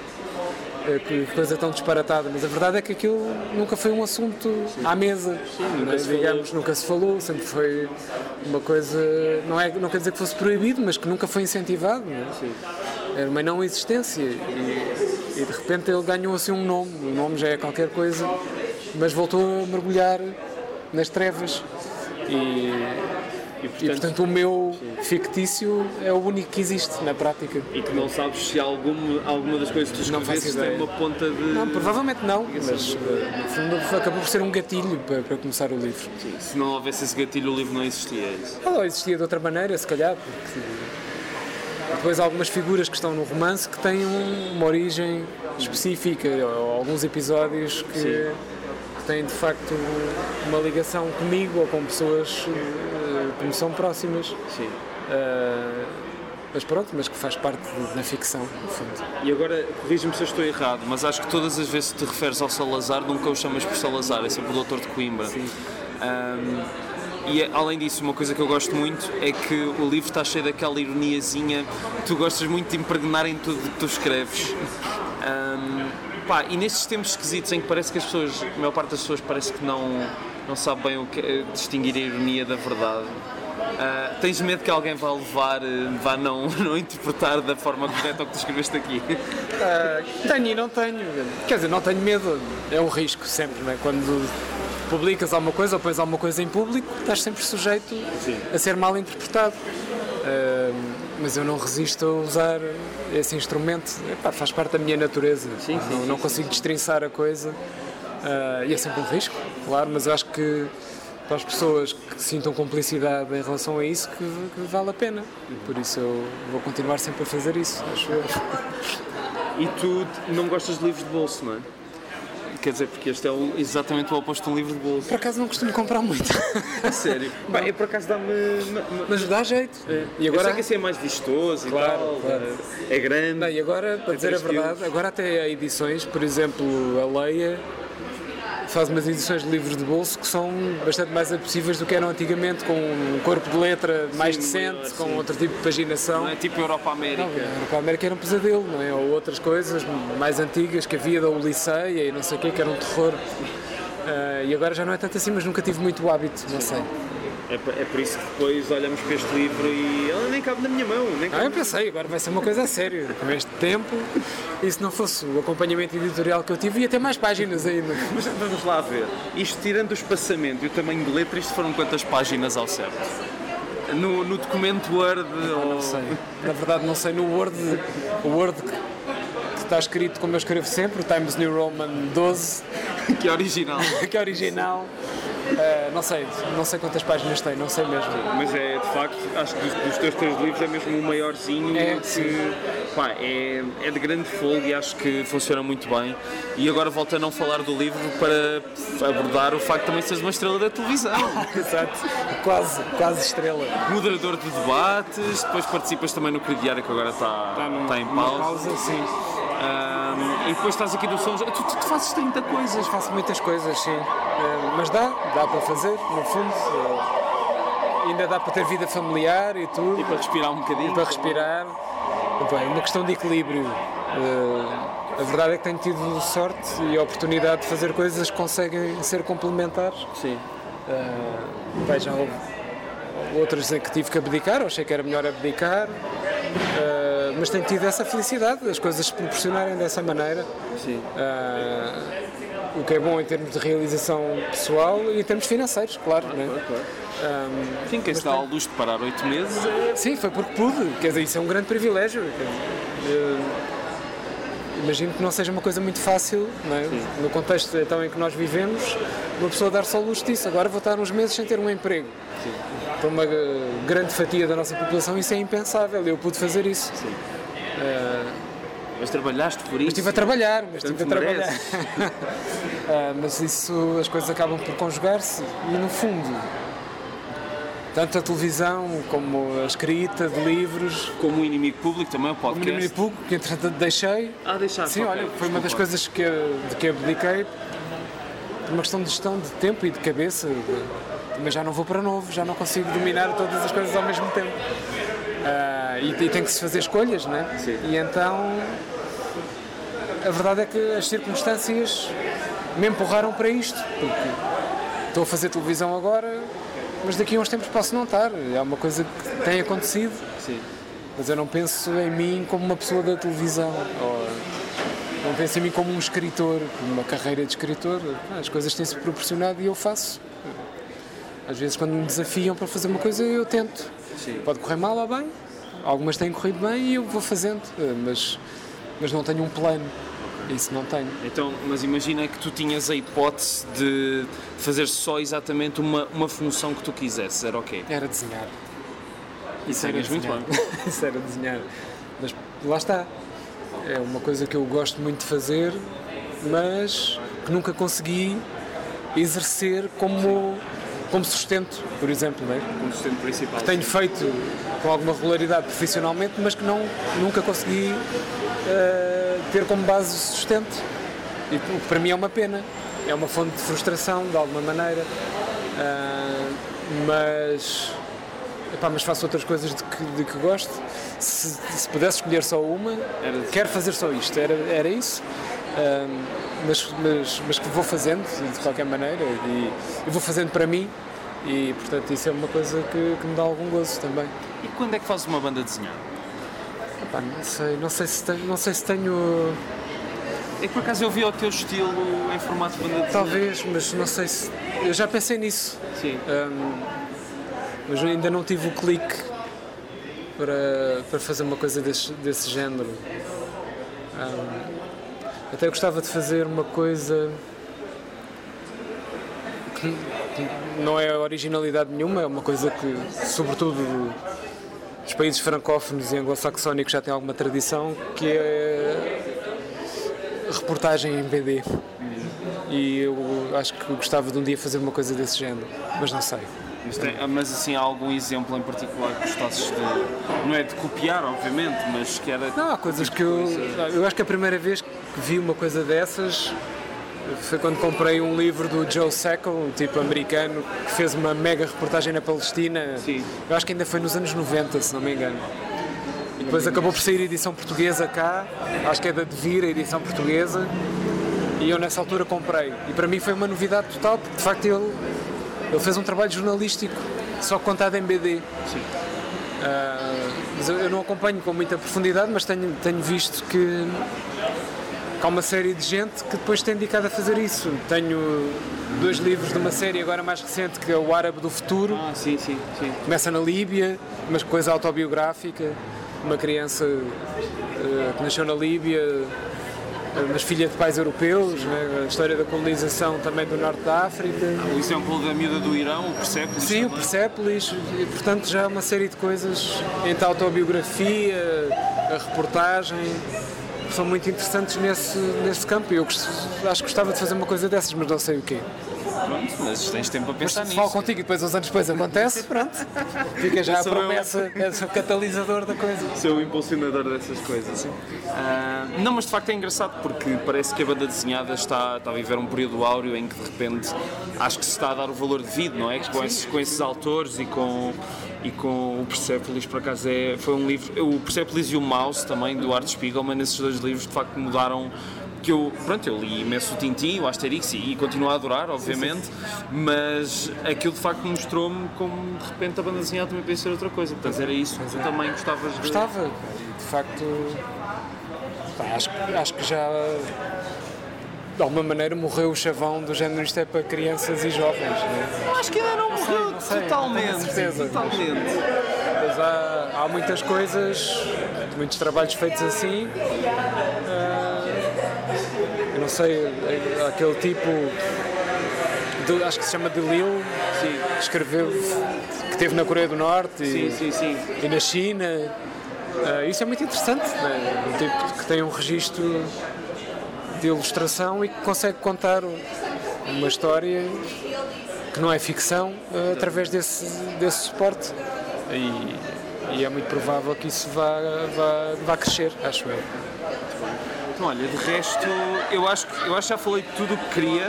que coisa tão disparatada, mas a verdade é que aquilo nunca foi um assunto Sim. à mesa, Sim, nunca, né? se digamos, falou. nunca se falou, sempre foi uma coisa, não, é, não quer dizer que fosse proibido, mas que nunca foi incentivado, não é? Era uma não existência e, e de repente ele ganhou assim um nome, o nome já é qualquer coisa, mas voltou a mergulhar nas trevas e... E portanto, e, portanto, o meu sim. fictício é o único que existe na prática. E que não sabes se alguma, alguma das coisas que tu escreveste tem uma ponta de... Não, provavelmente não, mas no fundo acabou por ser um gatilho para, para começar o livro. Sim, se não houvesse esse gatilho, o livro não existia. Isso. Não, existia de outra maneira, se calhar, porque depois há algumas figuras que estão no romance que têm uma origem específica, ou alguns episódios que... Sim. têm de facto uma ligação comigo ou com pessoas uh, que me são próximas. Sim. Uh, mas pronto, mas que faz parte de, da ficção, no fundo. E agora, corrige-me se eu estou errado, mas acho que todas as vezes que te referes ao Salazar, nunca o chamas por Salazar, é sempre o doutor de Coimbra. Sim. Um, e além disso, uma coisa que eu gosto muito é que o livro está cheio daquela ironiazinha que tu gostas muito de impregnar em tudo que tu escreves. Um, Pá, e nestes tempos esquisitos em que parece que as pessoas, a maior parte das pessoas parece que não, não sabe bem o que é, distinguir a ironia da verdade, uh, tens medo que alguém vá levar, vá não, não interpretar da forma correta o que tu escreveste aqui? Uh, tenho e não tenho, quer dizer, não tenho medo, é um risco sempre, não é? Quando publicas alguma coisa ou pões alguma coisa em público, estás sempre sujeito Sim. a ser mal interpretado. Uh, mas eu não resisto a usar esse instrumento. Epá, faz parte da minha natureza. Sim, sim, não, sim, não sim. consigo destrinçar a coisa. Uh, e é sempre um risco, claro, mas eu acho que para as pessoas que sintam cumplicidade em relação a isso, que, que vale a pena. Por isso eu vou continuar sempre a fazer isso, acho eu. E tu não gostas de livros de bolso, não é? Quer dizer, porque este é o, exatamente o oposto de um livro de bolso. Por acaso não costumo comprar muito. A sério? Bem, eu por acaso dá-me... Mas dá jeito. É. E agora... Eu agora... sei que assim é mais vistoso Claro, e tal, claro. é grande. Não, e agora, para é dizer a três verdade, quilos. agora até há edições, por exemplo, a Leia faz umas edições de livros de bolso que são bastante mais apetecíveis do que eram antigamente, com um corpo de letra mais Sim, decente, maior, com sim. outro tipo de paginação. Não é tipo Europa América. Não, para a América era um pesadelo, não é? Ou outras coisas mais antigas que havia da Ulisseia e não sei o quê, que era um terror. Uh, e agora já não é tanto assim, mas nunca tive muito hábito, não sei. É, por- é por isso que depois olhamos para este livro e ele nem cabe na minha mão. Nem cabe Ah, eu pensei, agora vai ser uma coisa a sério, com este tempo, e se não fosse o acompanhamento editorial que eu tive, ia ter mais páginas ainda. Mas vamos lá ver. Isto tirando o espaçamento e o tamanho de letra, isto foram quantas páginas ao certo? No, no documento Word ou... Não sei, na verdade não sei, no Word, o Word que, que está escrito como eu escrevo sempre, o Times New Roman doze, que é original. que é original, uh, não sei, não sei quantas páginas tem, não sei mesmo. Mas é, de facto, acho que dos, dos teus três livros é mesmo o maiorzinho, É, que pá, é, é de grande folga e acho que funciona muito bem. E agora volto a não falar do livro para abordar o facto de também seres uma estrela da televisão. Exato, quase, quase estrela. Moderador de debates, depois participas também no Crediário, que agora está, Está, num- está em numa pausa. pausa, sim. Ahm, e depois estás aqui do Sons. Tu, tu, tu fazes trinta coisas. Faço muitas coisas, sim. Eh, mas dá, dá para fazer, no fundo. Eh, ainda dá para ter vida familiar e tudo, E para respirar um bocadinho. e para respirar. Bem, é uma questão de equilíbrio. Eh, a verdade é que tenho tido sorte e a oportunidade de fazer coisas que conseguem ser complementares. Sim. Uh, bem, já houve outras em que tive que abdicar, ou achei que era melhor abdicar, uh, mas tenho tido essa felicidade, as coisas se proporcionarem dessa maneira. Sim. Uh, o que é bom em termos de realização pessoal e em termos financeiros, claro. Né? Claro. Um, Enfim, quem se dá ao luxo de parar oito meses é... sim, foi porque pude, quer dizer, isso é um grande privilégio. Quer dizer, uh, imagino que não seja uma coisa muito fácil, não é? No contexto então em que nós vivemos, uma pessoa dar-se ao luxo disso. Agora vou estar uns meses sem ter um emprego. Sim. Para uma uh, grande fatia da nossa população isso é impensável, eu pude fazer isso. Sim. Uh, Mas trabalhaste por isso. mas estive a trabalhar, mas estive a Portanto, trabalhar. mereces. Uh, mas isso, as coisas acabam por conjugar-se e no fundo, tanto a televisão como a escrita de livros, Como o Inimigo Público também, o o podcast. Menino Público, que entretanto deixei. Ah, deixaste. Sim, ok. olha, foi uma das Desculpa. coisas que, de que abdiquei por uma questão de gestão de tempo e de cabeça. Mas já não vou para novo, já não consigo dominar todas as coisas ao mesmo tempo. Ah, e, e tem que se fazer escolhas, não é? Sim. E então a verdade é que as circunstâncias me empurraram para isto, porque estou a fazer televisão agora, mas daqui a uns tempos posso não estar. É uma coisa que tem acontecido. Sim. Mas eu não penso em mim como uma pessoa da televisão, ou não penso em mim como um escritor, como uma carreira de escritor. As coisas têm-se proporcionado e eu faço. Às vezes quando me desafiam para fazer uma coisa eu tento. Sim. Pode correr mal ou bem, algumas têm corrido bem e eu vou fazendo, mas, mas não tenho um plano, isso não tenho. Então, mas imagina que tu tinhas a hipótese de fazer só exatamente uma, uma função que tu quisesses, era o quê? Era desenhar. Isso era muito desenhar. bem. Isso era desenhar. Mas lá está. É uma coisa que eu gosto muito de fazer, mas que nunca consegui exercer como, como sustento, por exemplo. Não é? Como sustento principal. Tenho feito com alguma regularidade profissionalmente, mas que não, nunca consegui uh, ter como base o sustento. E o que para mim é uma pena. É uma fonte de frustração, de alguma maneira. Uh, mas... Epá, mas faço outras coisas de que, de que gosto. Se, se pudesse escolher só uma, Era de- quero fazer só isto, era, era isso. Ahm, mas, mas, mas que vou fazendo de qualquer maneira e, e vou fazendo para mim e portanto isso é uma coisa que, que me dá algum gozo também. E quando é que fazes uma banda desenhada? Epá, não sei, não sei se tenho, não sei se tenho É que por acaso eu vi o teu estilo em formato de banda desenhada. Talvez, mas não sei se... Eu já pensei nisso. Sim. Um, mas eu ainda não tive o clique para, para fazer uma coisa desse, desse género. Um, até gostava de fazer uma coisa que não é originalidade nenhuma, é uma coisa que, sobretudo, os países francófonos e anglo-saxónicos já têm alguma tradição, que é reportagem em B D. E eu acho que gostava de um dia fazer uma coisa desse género, mas não sei. Mas, tem, mas assim, há algum exemplo em particular que gostasses de... Não é de copiar, obviamente, mas que era... Não, há coisas que eu... Eu acho que a primeira vez que vi uma coisa dessas foi quando comprei um livro do Joe Sacco, um tipo americano, que fez uma mega reportagem na Palestina. Sim. Eu acho que ainda foi nos anos noventa, se não me engano. E depois acabou por sair a edição portuguesa cá, acho que é da Devir, a edição portuguesa, e eu nessa altura comprei. E para mim foi uma novidade total, porque de facto ele, ele fez um trabalho jornalístico só contado em B D. Sim. Uh, mas eu, eu não acompanho com muita profundidade, mas tenho, tenho visto que há uma série de gente que depois tem dedicado a fazer isso. Tenho dois livros de uma série agora mais recente, que é o Árabe do Futuro. Ah, sim, sim, sim. Começa na Líbia, mas coisa autobiográfica. Uma criança uh, que nasceu na Líbia, uh, mas filha de pais europeus, né? A história da colonização também do norte da África. O exemplo da miúda do Irão, o Persepolis. Sim, também. o Persepolis, e portanto já há uma série de coisas entre a autobiografia, a reportagem, que são muito interessantes nesse, nesse campo. Eu gost, acho que gostava de fazer uma coisa dessas, mas não sei o quê. Pronto, mas tens tempo a pensar Mas se nisso. falo contigo e depois uns anos depois acontece, pronto. Fica já a promessa, é o catalisador da coisa. Sou o impulsionador dessas coisas. Sim. Uh, não, mas de facto é engraçado porque parece que a banda desenhada está, está a viver um período áureo em que de repente acho que se está a dar o valor devido, não é? Com esses, com esses autores e com, e com o Persepolis, por acaso é, foi um livro. O Persepolis e o Mouse também, do Art Spiegelman, esses dois livros de facto mudaram. Que eu, pronto, eu li imenso o Tintin, o Asterix e, e continuo a adorar, obviamente, sim, sim. Mas aquilo de facto mostrou-me como de repente a banda desenhada também podia ser outra coisa. Portanto, era isso que tu é. também gostavas de... Gostava, de facto, pá, acho, acho que já de alguma maneira morreu o chavão do género isto é para crianças e jovens. Né? Acho que ainda não morreu não sei, totalmente, não certeza, totalmente. Mas, mas há, há muitas coisas, muitos trabalhos feitos assim. Uh, eu não sei, aquele tipo, de, acho que se chama Delil, que escreveu, que esteve na Coreia do Norte e, sim, sim, sim. e na China. Uh, isso é muito interessante, né? Um tipo que tem um registro de ilustração e que consegue contar uma história que não é ficção uh, através desse, desse suporte. E, e é muito provável que isso vá, vá, vá crescer, acho eu. Então, olha, de resto, eu acho, que, eu acho que já falei de tudo o que queria,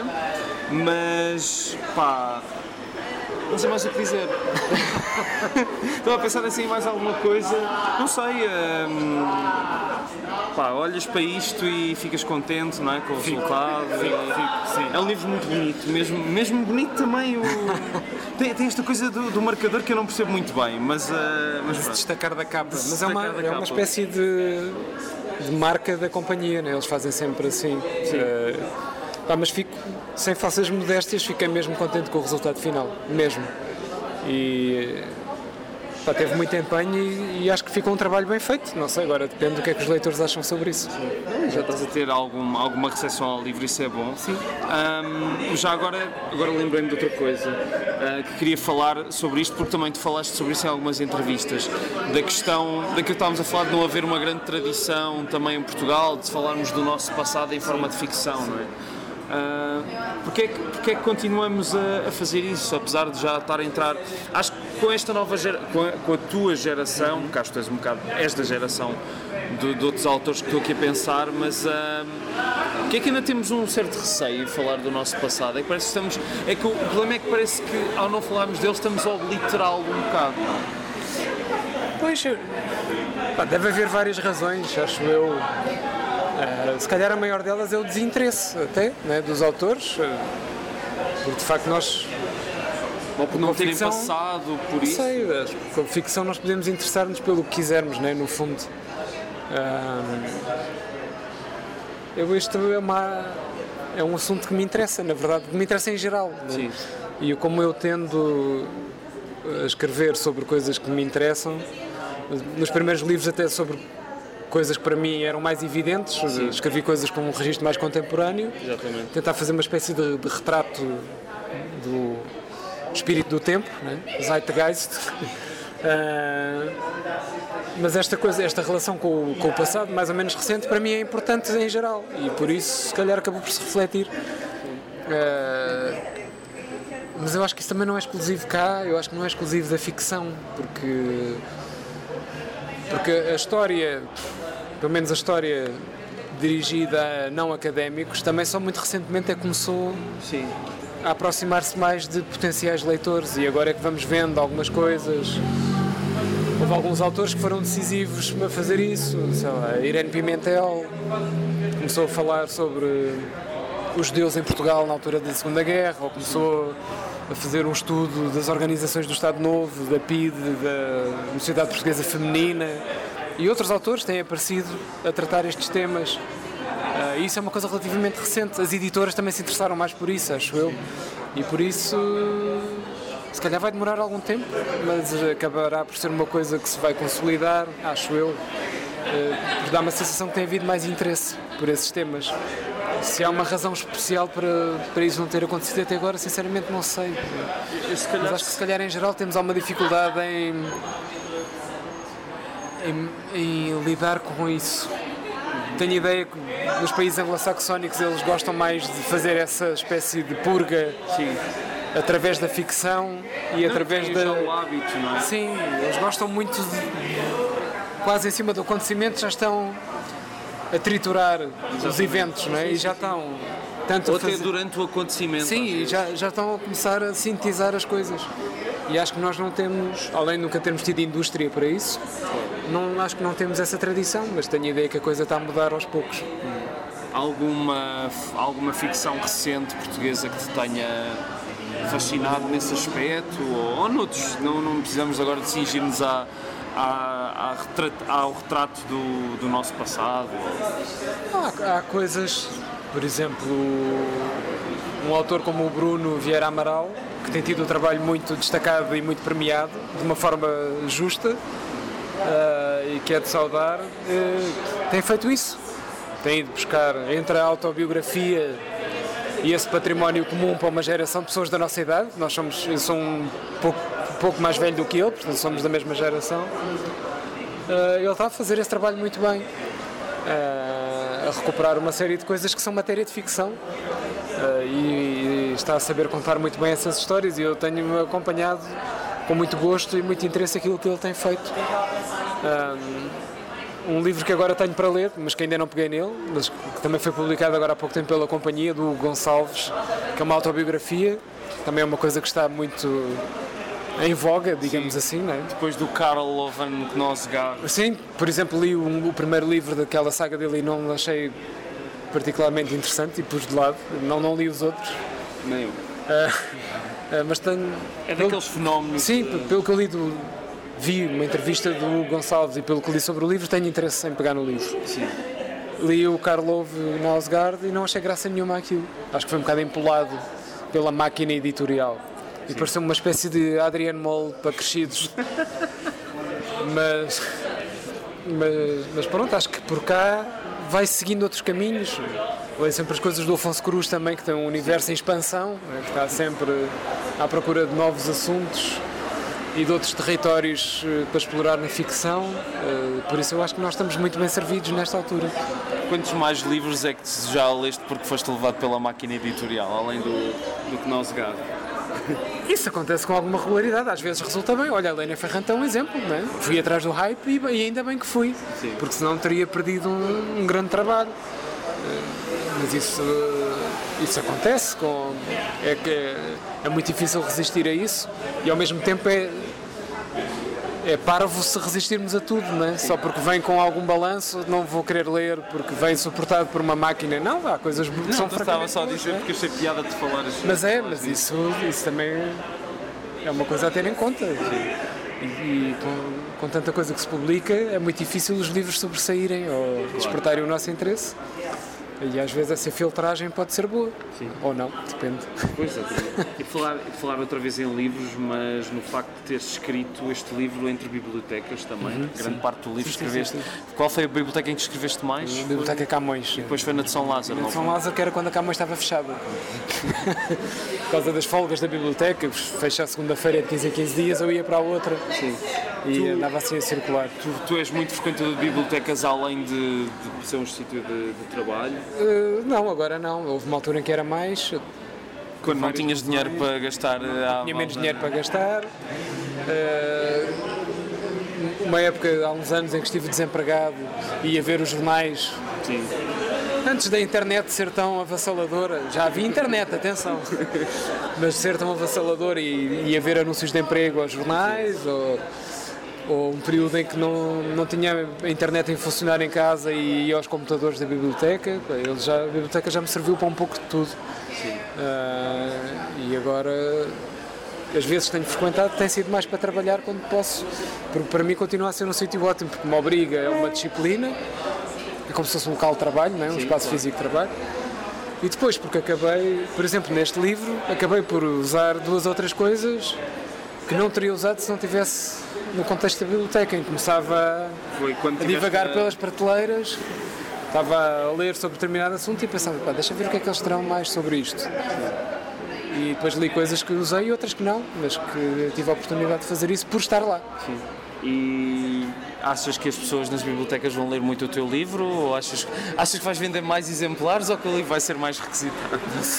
mas pá, não sei mais o que dizer. Estou a pensar assim em mais alguma coisa, não sei. Hum, pá, olhas para isto e ficas contente, não é? Com o fico, resultado. Fico, fico, sim. É um livro muito bonito, mesmo, mesmo bonito também. O... tem, tem esta coisa do, do marcador que eu não percebo muito bem, mas. Uh, mas de destacar da capa. De mas é uma, é uma espécie de. de marca da companhia, né? Eles fazem sempre assim. Uh, pá, mas fico, sem falsas modéstias, fiquei mesmo contente com o resultado final, mesmo. E pá, teve muito empenho e, e acho que ficou um trabalho bem feito. Não sei, agora depende do que é que os leitores acham sobre isso. Sim. Já estás a ter algum, alguma recepção ao livro, isso é bom. Sim. Um, já agora, agora lembrei-me de outra coisa uh, que queria falar sobre isto, porque também tu falaste sobre isso em algumas entrevistas, da questão, daquilo que estávamos a falar de não haver uma grande tradição também em Portugal, de falarmos do nosso passado em forma de ficção, não é? Uh, porque, é que, porque é que continuamos a, a fazer isso, apesar de já estar a entrar, acho que com esta nova geração, com, com a tua geração, porque acho que tu és um bocado esta geração de, de outros autores que estou aqui a pensar, mas uh, que é que ainda temos um certo receio em falar do nosso passado, é que parece que estamos, é que o problema é que parece que ao não falarmos dele estamos a obliterá-lo um bocado. Pois, pá, deve haver várias razões, acho eu. Uh, se calhar a maior delas é o desinteresse até, né, dos autores, uh, porque de facto nós ou por não terem ficção, passado por isso. Não sei, com ficção nós podemos interessar-nos pelo que quisermos, né, no fundo. Uh, eu, isto é, uma, é um assunto que me interessa, na verdade, que me interessa em geral. Sim. Né? E eu, como eu tendo a escrever sobre coisas que me interessam, nos primeiros livros até sobre coisas que para mim eram mais evidentes, Sim. escrevi coisas com um registro mais contemporâneo, Exatamente. Tentar fazer uma espécie de, de retrato do espírito do tempo, né? Zeitgeist. Uh, mas esta coisa, esta relação com o, com o passado, mais ou menos recente, para mim é importante em geral e por isso se calhar acabou por se refletir. Uh, mas eu acho que isso também não é exclusivo cá, eu acho que não é exclusivo da ficção, porque porque a história, pelo menos a história dirigida a não académicos, também só muito recentemente é que começou Sim. a aproximar-se mais de potenciais leitores e agora é que vamos vendo algumas coisas. Houve alguns autores que foram decisivos para fazer isso, sei lá, Irene Pimentel começou a falar sobre os judeus em Portugal na altura da Segunda Guerra, ou começou a fazer um estudo das organizações do Estado Novo, da P I D, da Sociedade Portuguesa Feminina, e outros autores têm aparecido a tratar estes temas. Uh, isso é uma coisa relativamente recente. As editoras também se interessaram mais por isso, acho eu, e por isso se calhar vai demorar algum tempo, mas acabará por ser uma coisa que se vai consolidar, acho eu, uh, porque dá uma sensação que tem havido mais interesse por esses temas. Se há uma razão especial para, para isso não ter acontecido até agora, sinceramente não sei. Se calhar... Mas acho que se calhar em geral temos alguma dificuldade em, em, em lidar com isso. Tenho a ideia que nos países anglo-saxónicos eles gostam mais de fazer essa espécie de purga Sim. através da ficção e não, através da... já o hábito, não é? Sim, eles gostam muito de... quase em cima do acontecimento já estão a triturar Exatamente. Os eventos, não é? E já estão... Tanto Ou até fazer... durante o acontecimento. Sim, e já, já estão a começar a sintetizar as coisas. E acho que nós não temos, além de nunca termos tido indústria para isso, não, acho que não temos essa tradição, mas tenho a ideia que a coisa está a mudar aos poucos. Alguma, alguma ficção recente portuguesa que te tenha fascinado nesse aspecto? Ou, ou noutros? Não, não precisamos agora de cingir-nos à, à, à retrato, ao retrato do, do nosso passado? Há, há coisas, por exemplo, um autor como o Bruno Vieira Amaral, que tem tido um trabalho muito destacado e muito premiado, de uma forma justa, uh, e que é de saudar, uh, tem feito isso. Tem ido buscar entre a autobiografia e esse património comum para uma geração de pessoas da nossa idade. Nós somos, eu sou um pouco, um pouco mais velho do que ele, portanto somos da mesma geração. Uh, ele está a fazer esse trabalho muito bem, uh, a recuperar uma série de coisas que são matéria de ficção. Uh, e, e está a saber contar muito bem essas histórias e eu tenho acompanhado com muito gosto e muito interesse aquilo que ele tem feito. Um, um livro que agora tenho para ler, mas que ainda não peguei nele, mas que também foi publicado agora há pouco tempo pela companhia, do Gonçalves, que é uma autobiografia, também é uma coisa que está muito em voga, digamos Sim. assim, não é? Depois do Karl Loven Knosgaard. Sim, por exemplo, li o, o primeiro livro daquela saga dele e não achei particularmente interessante e pus de lado, não, não li os outros. Nem eu. Uh, uh, mas tenho... É daqueles fenómenos... Sim, de... pelo que eu li, do, vi uma entrevista do Gonçalves e pelo que li sobre o livro, tenho interesse em pegar no livro. Sim. Li o Karlov Knausgaard e não achei graça nenhuma àquilo. Acho que foi um bocado empolado pela máquina editorial. E Sim. pareceu uma espécie de Adriano Moll para crescidos. mas, mas, mas pronto, acho que por cá vai seguindo outros caminhos. Leio sempre as coisas do Afonso Cruz também, que tem um universo em expansão, que está sempre à procura de novos assuntos e de outros territórios para explorar na ficção. Por isso eu acho que nós estamos muito bem servidos nesta altura. Quantos mais livros é que já leste porque foste levado pela máquina editorial, além do, do Knausgaard? Isso acontece com alguma regularidade, às vezes resulta bem. Olha, a Helena Ferrante é um exemplo, não é? Fui atrás do hype e, e ainda bem que fui, Sim. porque senão teria perdido um, um grande trabalho. Mas isso, isso acontece, com, é, que é, é muito difícil resistir a isso e ao mesmo tempo é, é parvo se resistirmos a tudo, não é? Só porque vem com algum balanço não vou querer ler porque vem suportado por uma máquina. Não, há coisas que não, são francamente... Não, estava só a dizer é? porque achei piada de falar assim. Mas é, mas isso, isso também é uma coisa a ter em conta. E, e com, com tanta coisa que se publica é muito difícil os livros sobressaírem ou despertarem o nosso interesse. E às vezes essa filtragem pode ser boa. Sim. Ou não, depende. Pois é. E falar, falar outra vez em livros, mas no facto de teres escrito este livro entre bibliotecas também, uhum, grande sim. parte do livro sim, escreveste. Sim, sim, sim. Qual foi a biblioteca em que escreveste mais? A Biblioteca Camões. E depois foi na de São Lázaro, na não de São Lázaro, que era quando a Camões estava fechada. Por causa das folgas da biblioteca, fecha a segunda-feira de quinze em quinze dias, eu ia para a outra. Sim. E tu, andava assim a circular. Tu, tu és muito frequentador de bibliotecas além de, de ser um sítio de, de trabalho? Uh, não, agora não. Houve uma altura em que era mais. Quando não tinhas dinheiro para gastar? Tinha menos dinheiro para gastar. Uh, uma época, há uns anos, em que estive desempregado e ia ver os jornais. Sim. Antes da internet ser tão avassaladora, já havia internet, atenção, mas ser tão avassaladora e ia ver anúncios de emprego aos jornais, ou, ou um período em que não, não tinha a internet em funcionar em casa e ia aos computadores da biblioteca, ele já, a biblioteca já me serviu para um pouco de tudo. Sim. Uh, e agora, as vezes que tenho frequentado, tem sido mais para trabalhar quando posso, porque para mim continua a ser um sítio ótimo, porque me obriga, é uma disciplina, é como se fosse um local de trabalho, não é? Um Sim, espaço claro. físico de trabalho. E depois, porque acabei, por exemplo, neste livro, acabei por usar duas outras coisas que não teria usado se não tivesse no contexto da biblioteca, em que começava a divagar a... pelas prateleiras, estava a ler sobre determinado assunto e pensava, pá, deixa ver o que é que eles terão mais sobre isto. E depois li coisas que usei e outras que não, mas que tive a oportunidade de fazer isso por estar lá. Sim. E achas que as pessoas nas bibliotecas vão ler muito o teu livro? Ou achas, achas que vais vender mais exemplares ou que o livro vai ser mais requisitado?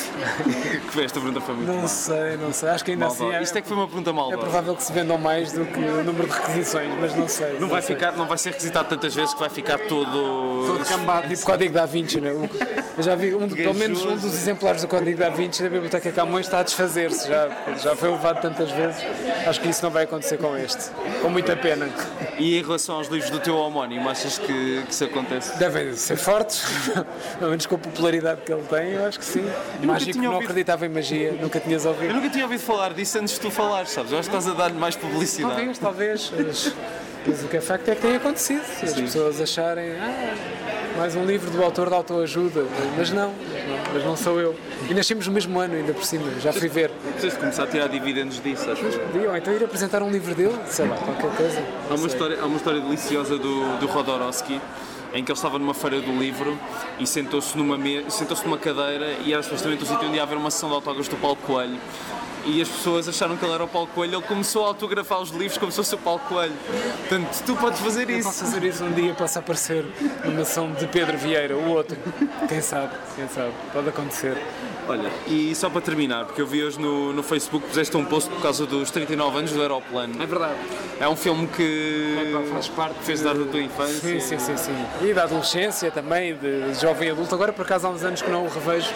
Que esta pergunta foi muito Não mal. sei, não sei. Acho que ainda Maldosa. assim é, Isto é que foi uma pergunta maldosa. É provável que se vendam mais do que o número de requisições, mas não sei. Não, não vai, sei. Ficar, não vai ser requisitado tantas vezes que vai ficar todo... Todo cambado, tipo Código da Vinci, não é? Eu já vi, um, pelo menos um dos exemplares do Código da Vinci da Biblioteca Camões está a desfazer-se, já, já foi levado tantas vezes. Acho que isso não vai acontecer com este, com muita pena. E em relação aos livros do teu homónimo, achas que, que isso acontece? Devem ser fortes, pelo menos com a popularidade que ele tem, eu acho que sim. Mágico, não ouvido... acreditava em magia, nunca tinhas ouvido. Eu nunca tinha ouvido falar disso antes de tu falares, sabes? Eu acho que estás a dar-lhe mais publicidade. Talvez, talvez. Mas, mas o que é facto é que tem acontecido. Se as sim. pessoas acharem, ah, mais um livro do autor de autoajuda, mas não, mas não sou eu. E nascemos no mesmo ano, ainda por cima, já fui ver. Precisas começar a tirar dividendos disso, acho que. Podiam, então ir apresentar um livro dele, sei lá, qualquer coisa. Há uma, história, há uma história deliciosa do, do Jodorowsky, em que ele estava numa feira do livro e sentou-se numa, me... sentou-se numa cadeira e era supostamente o sítio onde ia haver uma sessão de autógrafos do Paulo Coelho. E as pessoas acharam que ele era o Paulo Coelho, ele começou a autografar os livros como se fosse o Paulo Coelho. Portanto, tu podes fazer eu isso. Eu posso fazer isso um dia, posso aparecer numa sessão de Pedro Vieira, o outro. Quem sabe, quem sabe, pode acontecer. Olha, e só para terminar, porque eu vi hoje no, no Facebook, puseste um post por causa dos trinta e nove anos do Aeroplano. É verdade. É um filme que é, pá, faz parte fez de... dar da tua infância. Sim, sim, sim, sim. E da adolescência também, de, de jovem adulto. Agora, por acaso, há uns anos que não o revejo,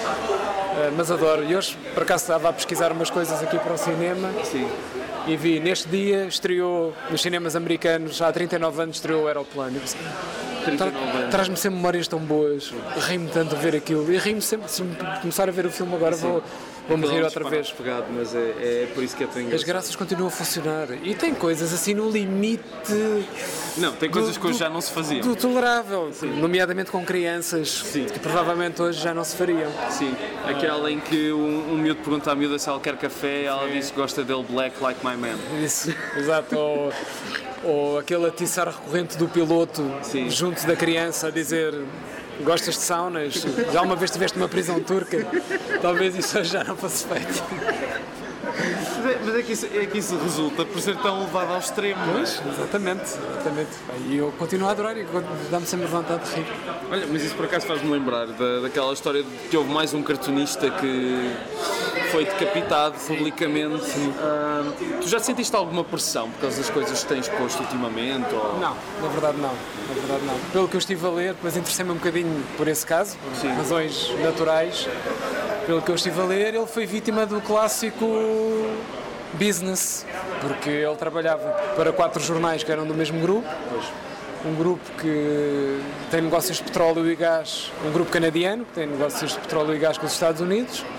mas adoro. E hoje, por acaso, estava a pesquisar umas coisas aqui para o cinema. Sim. E vi, neste dia, estreou, nos cinemas americanos, há trinta e nove anos, estreou o Aeroplano. Tra- Traz-me sempre memórias tão boas, ri-me tanto a ver aquilo, e ri-me sempre, se começar a ver o filme agora vou, vou me rir outra vez. Pegado, mas é, é por isso que é tão engraçado. As graças continuam a funcionar, e tem coisas assim no limite... Não, tem coisas do, que hoje do, já não se faziam. Do tolerável, sim. Nomeadamente com crianças, sim. Que provavelmente hoje já não se fariam. Sim, aquela em que um, um miúdo pergunta à miúda se ela quer café, ela sim. diz que gosta dele black like my man. Isso, exato. Ou, ou aquele atiçar recorrente do piloto sim. junto da criança a dizer gostas de saunas, já uma vez tiveste uma prisão turca, talvez isso hoje já não fosse feito. Mas, é, mas é, que isso, é que isso resulta por ser tão levado ao extremo. Pois, exatamente, exatamente. E eu continuo a adorar e dá-me sempre vontade de rir. Olha, mas isso por acaso faz-me lembrar da, daquela história de que houve mais um cartunista que foi decapitado publicamente. Uh, tu já sentiste alguma pressão por causa das coisas que tens posto ultimamente? Ou... Não, na verdade não. Na verdade não. Pelo que eu estive a ler, depois interessei-me um bocadinho por esse caso, por sim. razões naturais. Pelo que eu estive a ler, ele foi vítima do clássico business, porque ele trabalhava para quatro jornais que eram do mesmo grupo. Pois. Um grupo que tem negócios de petróleo e gás, um grupo canadiano que tem negócios de petróleo e gás com os Estados Unidos,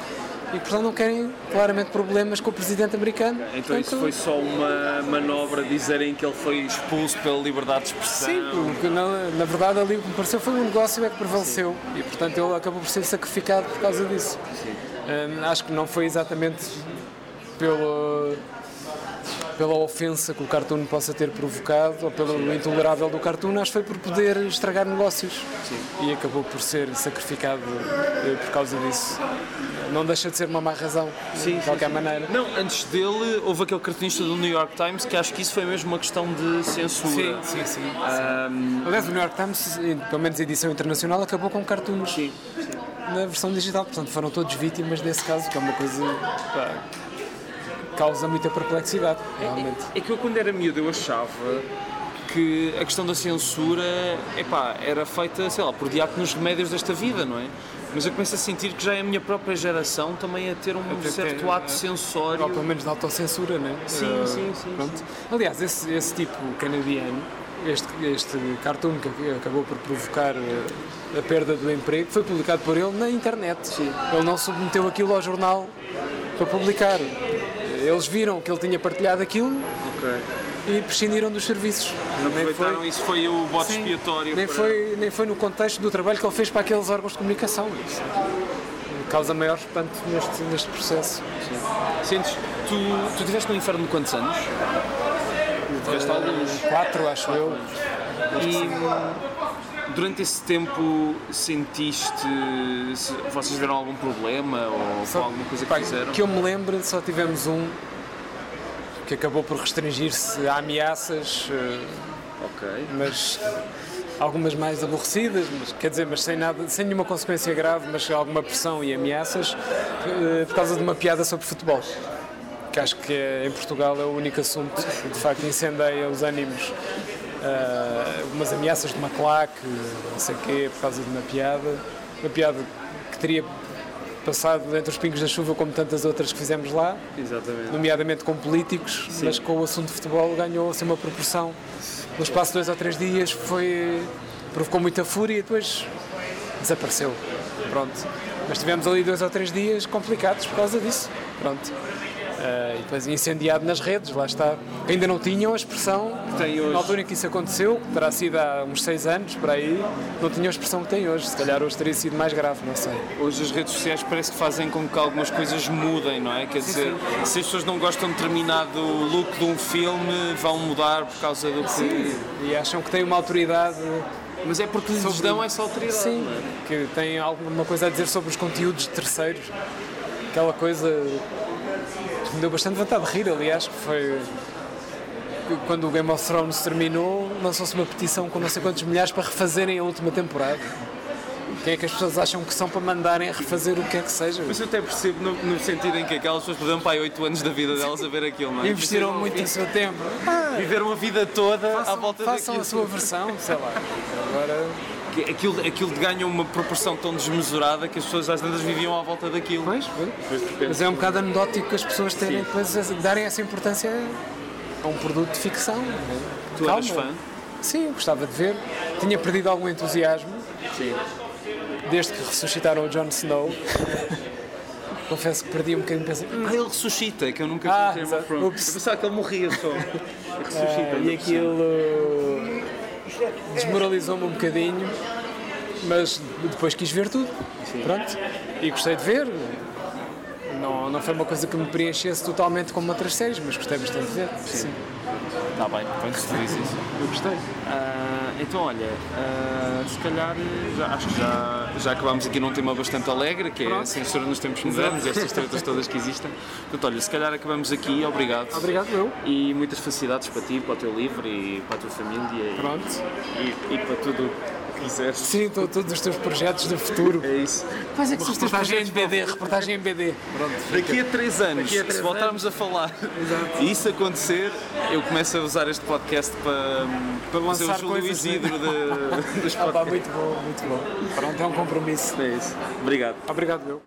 e portanto não querem claramente problemas com o presidente americano. Então portanto, isso foi só uma manobra dizerem que ele foi expulso pela liberdade de expressão? Sim, porque na, na verdade ali o que me pareceu foi um negócio é que prevaleceu e portanto ele acabou por ser sacrificado por causa disso. Hum, acho que não foi exatamente pelo, pela ofensa que o cartoon possa ter provocado ou pelo Sim. intolerável do cartoon, acho que foi por poder estragar negócios. Sim. E acabou por ser sacrificado eh, por causa disso. Não deixa de ser uma má razão, sim, de qualquer sim, sim. maneira. Não, antes dele houve aquele cartunista do New York Times que acho que isso foi mesmo uma questão de censura. Sim, sim, sim. Um... Aliás, o New York Times, pelo menos a edição internacional, acabou com cartoons sim, sim. na versão digital. Portanto, foram todos vítimas desse caso, que é uma coisa pá, que causa muita perplexidade, realmente. É, é que eu, quando era miúdo, eu achava que a questão da censura epá, era feita, sei lá, por diáconos remédios desta vida, não é? Mas eu começo a sentir que já é a minha própria geração também a ter um Até certo que, ato censório. Ou pelo menos de autocensura, não é? Sim, uh, sim, sim, pronto. sim. Aliás, esse, esse tipo canadiano, este, este cartoon que acabou por provocar a perda do emprego, foi publicado por ele na internet. Sim. Ele não submeteu aquilo ao jornal para publicar. Eles viram que ele tinha partilhado aquilo. Ok. E prescindiram dos serviços. Aproveitaram, foi, isso foi o bote sim, expiatório. Nem, para... foi, nem foi no contexto do trabalho que ele fez para aqueles órgãos de comunicação. Isso causa maior espanto neste, neste processo. Sim. Sentes, tu, tu estiveste no inferno quantos anos? Tiveste alguns? Quatro, acho eu. E durante esse tempo sentiste, se vocês tiveram algum problema ou só, alguma coisa que fizeram? Que eu me lembro, só tivemos um que acabou por restringir-se a ameaças, okay. mas algumas mais aborrecidas, mas, quer dizer, mas sem, nada, sem nenhuma consequência grave, mas alguma pressão e ameaças por causa de uma piada sobre futebol, que acho que é, em Portugal é o único assunto que de facto incendeia os ânimos, uh, umas ameaças de uma claque, não sei o quê, por causa de uma piada, uma piada que teria passado entre os pingos da chuva como tantas outras que fizemos lá. Exatamente. Nomeadamente com políticos, sim. Mas com o assunto de futebol ganhou assim uma proporção. No espaço de dois ou três dias foi, provocou muita fúria e depois desapareceu. Pronto. Mas tivemos ali dois ou três dias complicados por causa disso. Pronto. Uh, e depois incendiado nas redes, lá está. Ainda não tinham a expressão, na altura em que isso aconteceu, que terá sido há uns seis anos, por aí, não tinham a expressão que tem hoje. Se calhar hoje teria sido mais grave, não sei. Hoje as redes sociais parece que fazem com que algumas coisas mudem, não é? Quer dizer, sim, sim. Se as pessoas não gostam de determinado look de um filme, vão mudar por causa do que... Sim, e acham que têm uma autoridade... Mas é porque lhes sobre... dão essa autoridade, sim, não é? Que têm alguma coisa a dizer sobre os conteúdos de terceiros. Aquela coisa... Me deu bastante vontade de rir, aliás, que foi quando o Game of Thrones terminou, lançou-se uma petição com não sei quantos milhares para refazerem a última temporada. Quem é que as pessoas acham que são para mandarem refazer o que é que seja? Mas eu até percebo no, no sentido em que aquelas pessoas perderam para aí oito anos da vida delas a ver aquilo, não é? Investiram muito o seu tempo. Ah, viveram a vida toda façam, à volta façam daquilo. Façam a sua versão, sei lá. Agora... Aquilo, aquilo ganha uma proporção tão desmesurada que as pessoas às tantas viviam à volta daquilo. Pois, pois. Mas é um bocado anedótico as pessoas terem depois darem essa importância a um produto de ficção. Tu Calma. eras fã? Sim, gostava de ver. Tinha perdido algum entusiasmo. Sim. Desde que ressuscitaram o Jon Snow. Confesso que perdi um bocadinho de pensamento. Ah, ele ressuscita, que eu nunca ah, vi Game of Thrones. Eu pensava que ele morria só. Ressuscita. Ah, e aquilo desmoralizou-me um bocadinho, mas depois quis ver tudo. Sim. Pronto. E gostei de ver. Não, não foi uma coisa que me preenchesse totalmente como outras séries, mas gostei bastante de ver. Sim. Está bem, pronto, se diz isso. Eu gostei. Uh, então, olha, uh, se calhar já, acho que já, já acabámos aqui num tema bastante alegre, que é Pronto. A censura nos tempos modernos, estas tretas todas que existem. Portanto, olha, se calhar acabamos aqui, obrigado. Obrigado, eu. E muitas felicidades para ti, para o teu livro e para a tua família. Pronto. E, e, e para tudo o que quiseres. Sim, todos os teus projetos do futuro. É isso. Quais é que são os teus projetos em B D? Reportagem em B D. Pronto. Daqui a três anos, a três se voltarmos anos. a falar Exato. E isso acontecer, eu começo a usar este podcast para, para fazer lançar o Júlio Isidro de, dos podcasts. Ah, muito bom, muito bom. Pronto, é um compromisso. É isso. Obrigado. Obrigado, meu.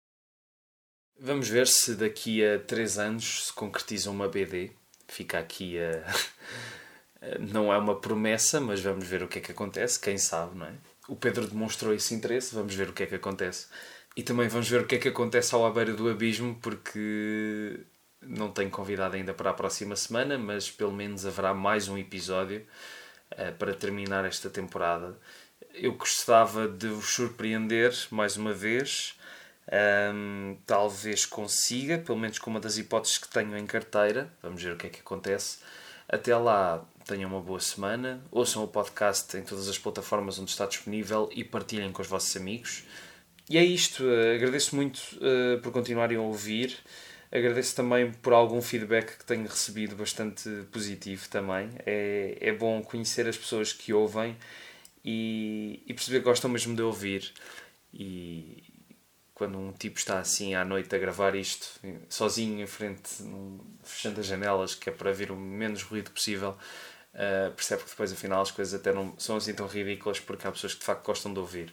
Vamos ver se daqui a três anos se concretiza uma B D. Fica aqui a... Não é uma promessa, mas vamos ver o que é que acontece. Quem sabe, não é? O Pedro demonstrou esse interesse, vamos ver o que é que acontece E também vamos ver o que é que acontece ao À Beira do Abismo, porque não tenho convidado ainda para a próxima semana, mas pelo menos haverá mais um episódio uh, para terminar esta temporada. Eu gostava de vos surpreender mais uma vez. Um, talvez consiga, pelo menos com uma das hipóteses que tenho em carteira. Vamos ver o que é que acontece. Até lá, tenham uma boa semana. Ouçam o podcast em todas as plataformas onde está disponível e partilhem com os vossos amigos. E é isto. Agradeço muito uh, por continuarem a ouvir. Agradeço também por algum feedback que tenho recebido bastante positivo também. É, é bom conhecer as pessoas que ouvem e, e perceber que gostam mesmo de ouvir. E quando um tipo está assim à noite a gravar isto, sozinho em frente, fechando as janelas, que é para vir o menos ruído possível, uh, percebe que depois afinal as coisas até não são assim tão ridículas, porque há pessoas que de facto gostam de ouvir.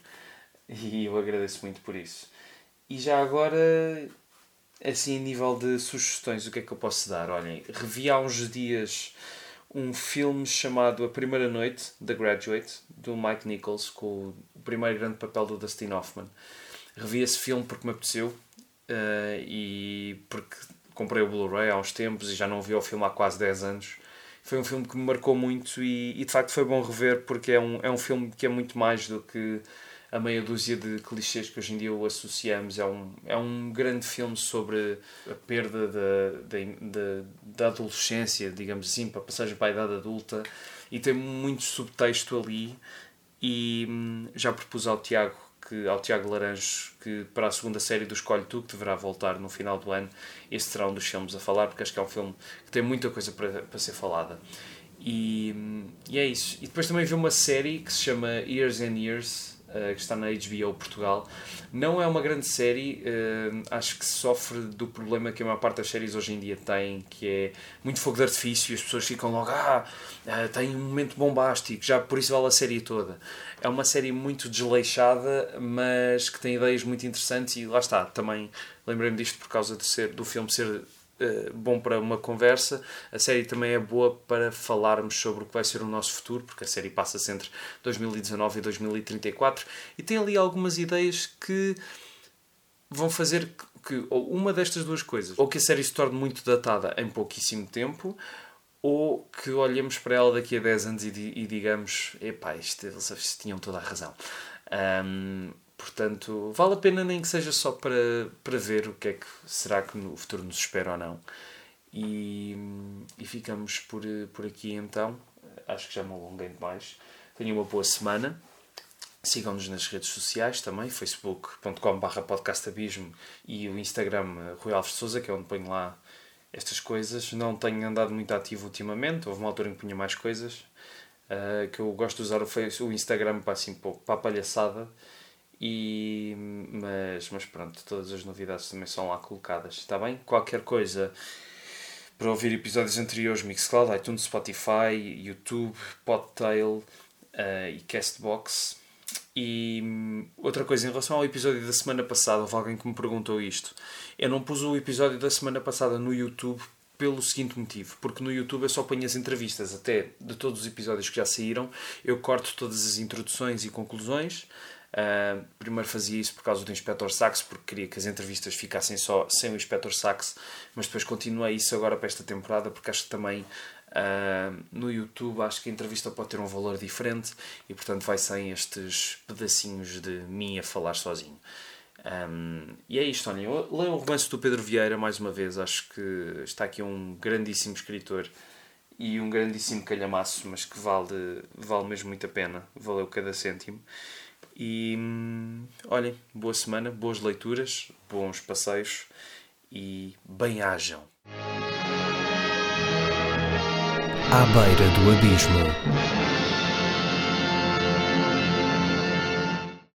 E eu agradeço muito por isso. E já agora, assim, a nível de sugestões, o que é que eu posso dar? Olhem, revi há uns dias um filme chamado A Primeira Noite, The Graduate, do Mike Nichols, com o primeiro grande papel do Dustin Hoffman. Revi esse filme porque me apeteceu uh, e porque comprei o Blu-ray há uns tempos e já não vi o filme há quase dez anos. Foi um filme que me marcou muito e, e de facto foi bom rever, porque é um, é um filme que é muito mais do que a meia dúzia de clichês que hoje em dia o associamos. É um, é um grande filme sobre a perda da, da, da, da adolescência, digamos assim, para a passagem para a idade adulta, e tem muito subtexto ali. E hum, já propus ao Tiago Que, ao Tiago Laranjo, que para a segunda série do Escolhe Tu, que deverá voltar no final do ano, esse será um dos filmes a falar, porque acho que é um filme que tem muita coisa para, para ser falada. E, e é isso. E depois também vi uma série que se chama Years and Years, uh, que está na H B O Portugal. Não é uma grande série, uh, acho que sofre do problema que a maior parte das séries hoje em dia tem, que é muito fogo de artifício, e as pessoas ficam logo, ah, uh, tem um momento bombástico, já por isso vale a série toda. É uma série muito desleixada, mas que tem ideias muito interessantes, e lá está, também lembrei-me disto por causa de ser, do filme ser uh, bom para uma conversa. A série também é boa para falarmos sobre o que vai ser o nosso futuro, porque a série passa-se entre dois mil e dezanove e dois mil e trinta e quatro, e tem ali algumas ideias que vão fazer que, ou uma destas duas coisas, ou que a série se torne muito datada em pouquíssimo tempo, ou que olhemos para ela daqui a dez anos e, e digamos, epá, isto, eles tinham toda a razão. Um, portanto, vale a pena, nem que seja só para, para ver o que é que será que no futuro nos espera ou não. E, e ficamos por, por aqui então. Acho que já me alonguei demais. Tenham uma boa semana. Sigam-nos nas redes sociais também, facebook ponto com barra podcastabismo e o Instagram Rui Alves de Sousa, que é onde ponho lá estas coisas. Não tenho andado muito ativo ultimamente, houve uma altura em que punha mais coisas, uh, que eu gosto de usar o, face, o Instagram para, assim, para a palhaçada, e, mas, mas pronto, todas as novidades também são lá colocadas, está bem? Qualquer coisa para ouvir episódios anteriores, Mixcloud, iTunes, Spotify, YouTube, Podtail uh, e Castbox. E outra coisa, em relação ao episódio da semana passada, houve alguém que me perguntou isto. Eu não pus o episódio da semana passada no YouTube pelo seguinte motivo, porque no YouTube eu só ponho as entrevistas, até de todos os episódios que já saíram, eu corto todas as introduções e conclusões. Uh, primeiro fazia isso por causa do Inspector Sax, porque queria que as entrevistas ficassem só sem o Inspector Sax, mas depois continuei isso agora para esta temporada, porque acho que também uh, no YouTube acho que a entrevista pode ter um valor diferente e portanto vai sem estes pedacinhos de mim a falar sozinho. Um, e é isto, olhem, leiam o Romance do Pedro Vieira mais uma vez. Acho que está aqui um grandíssimo escritor e um grandíssimo calhamaço, mas que vale, vale mesmo muito a pena, valeu cada cêntimo. E olhem, boa semana, boas leituras, bons passeios e bem-ajam. À beira do abismo.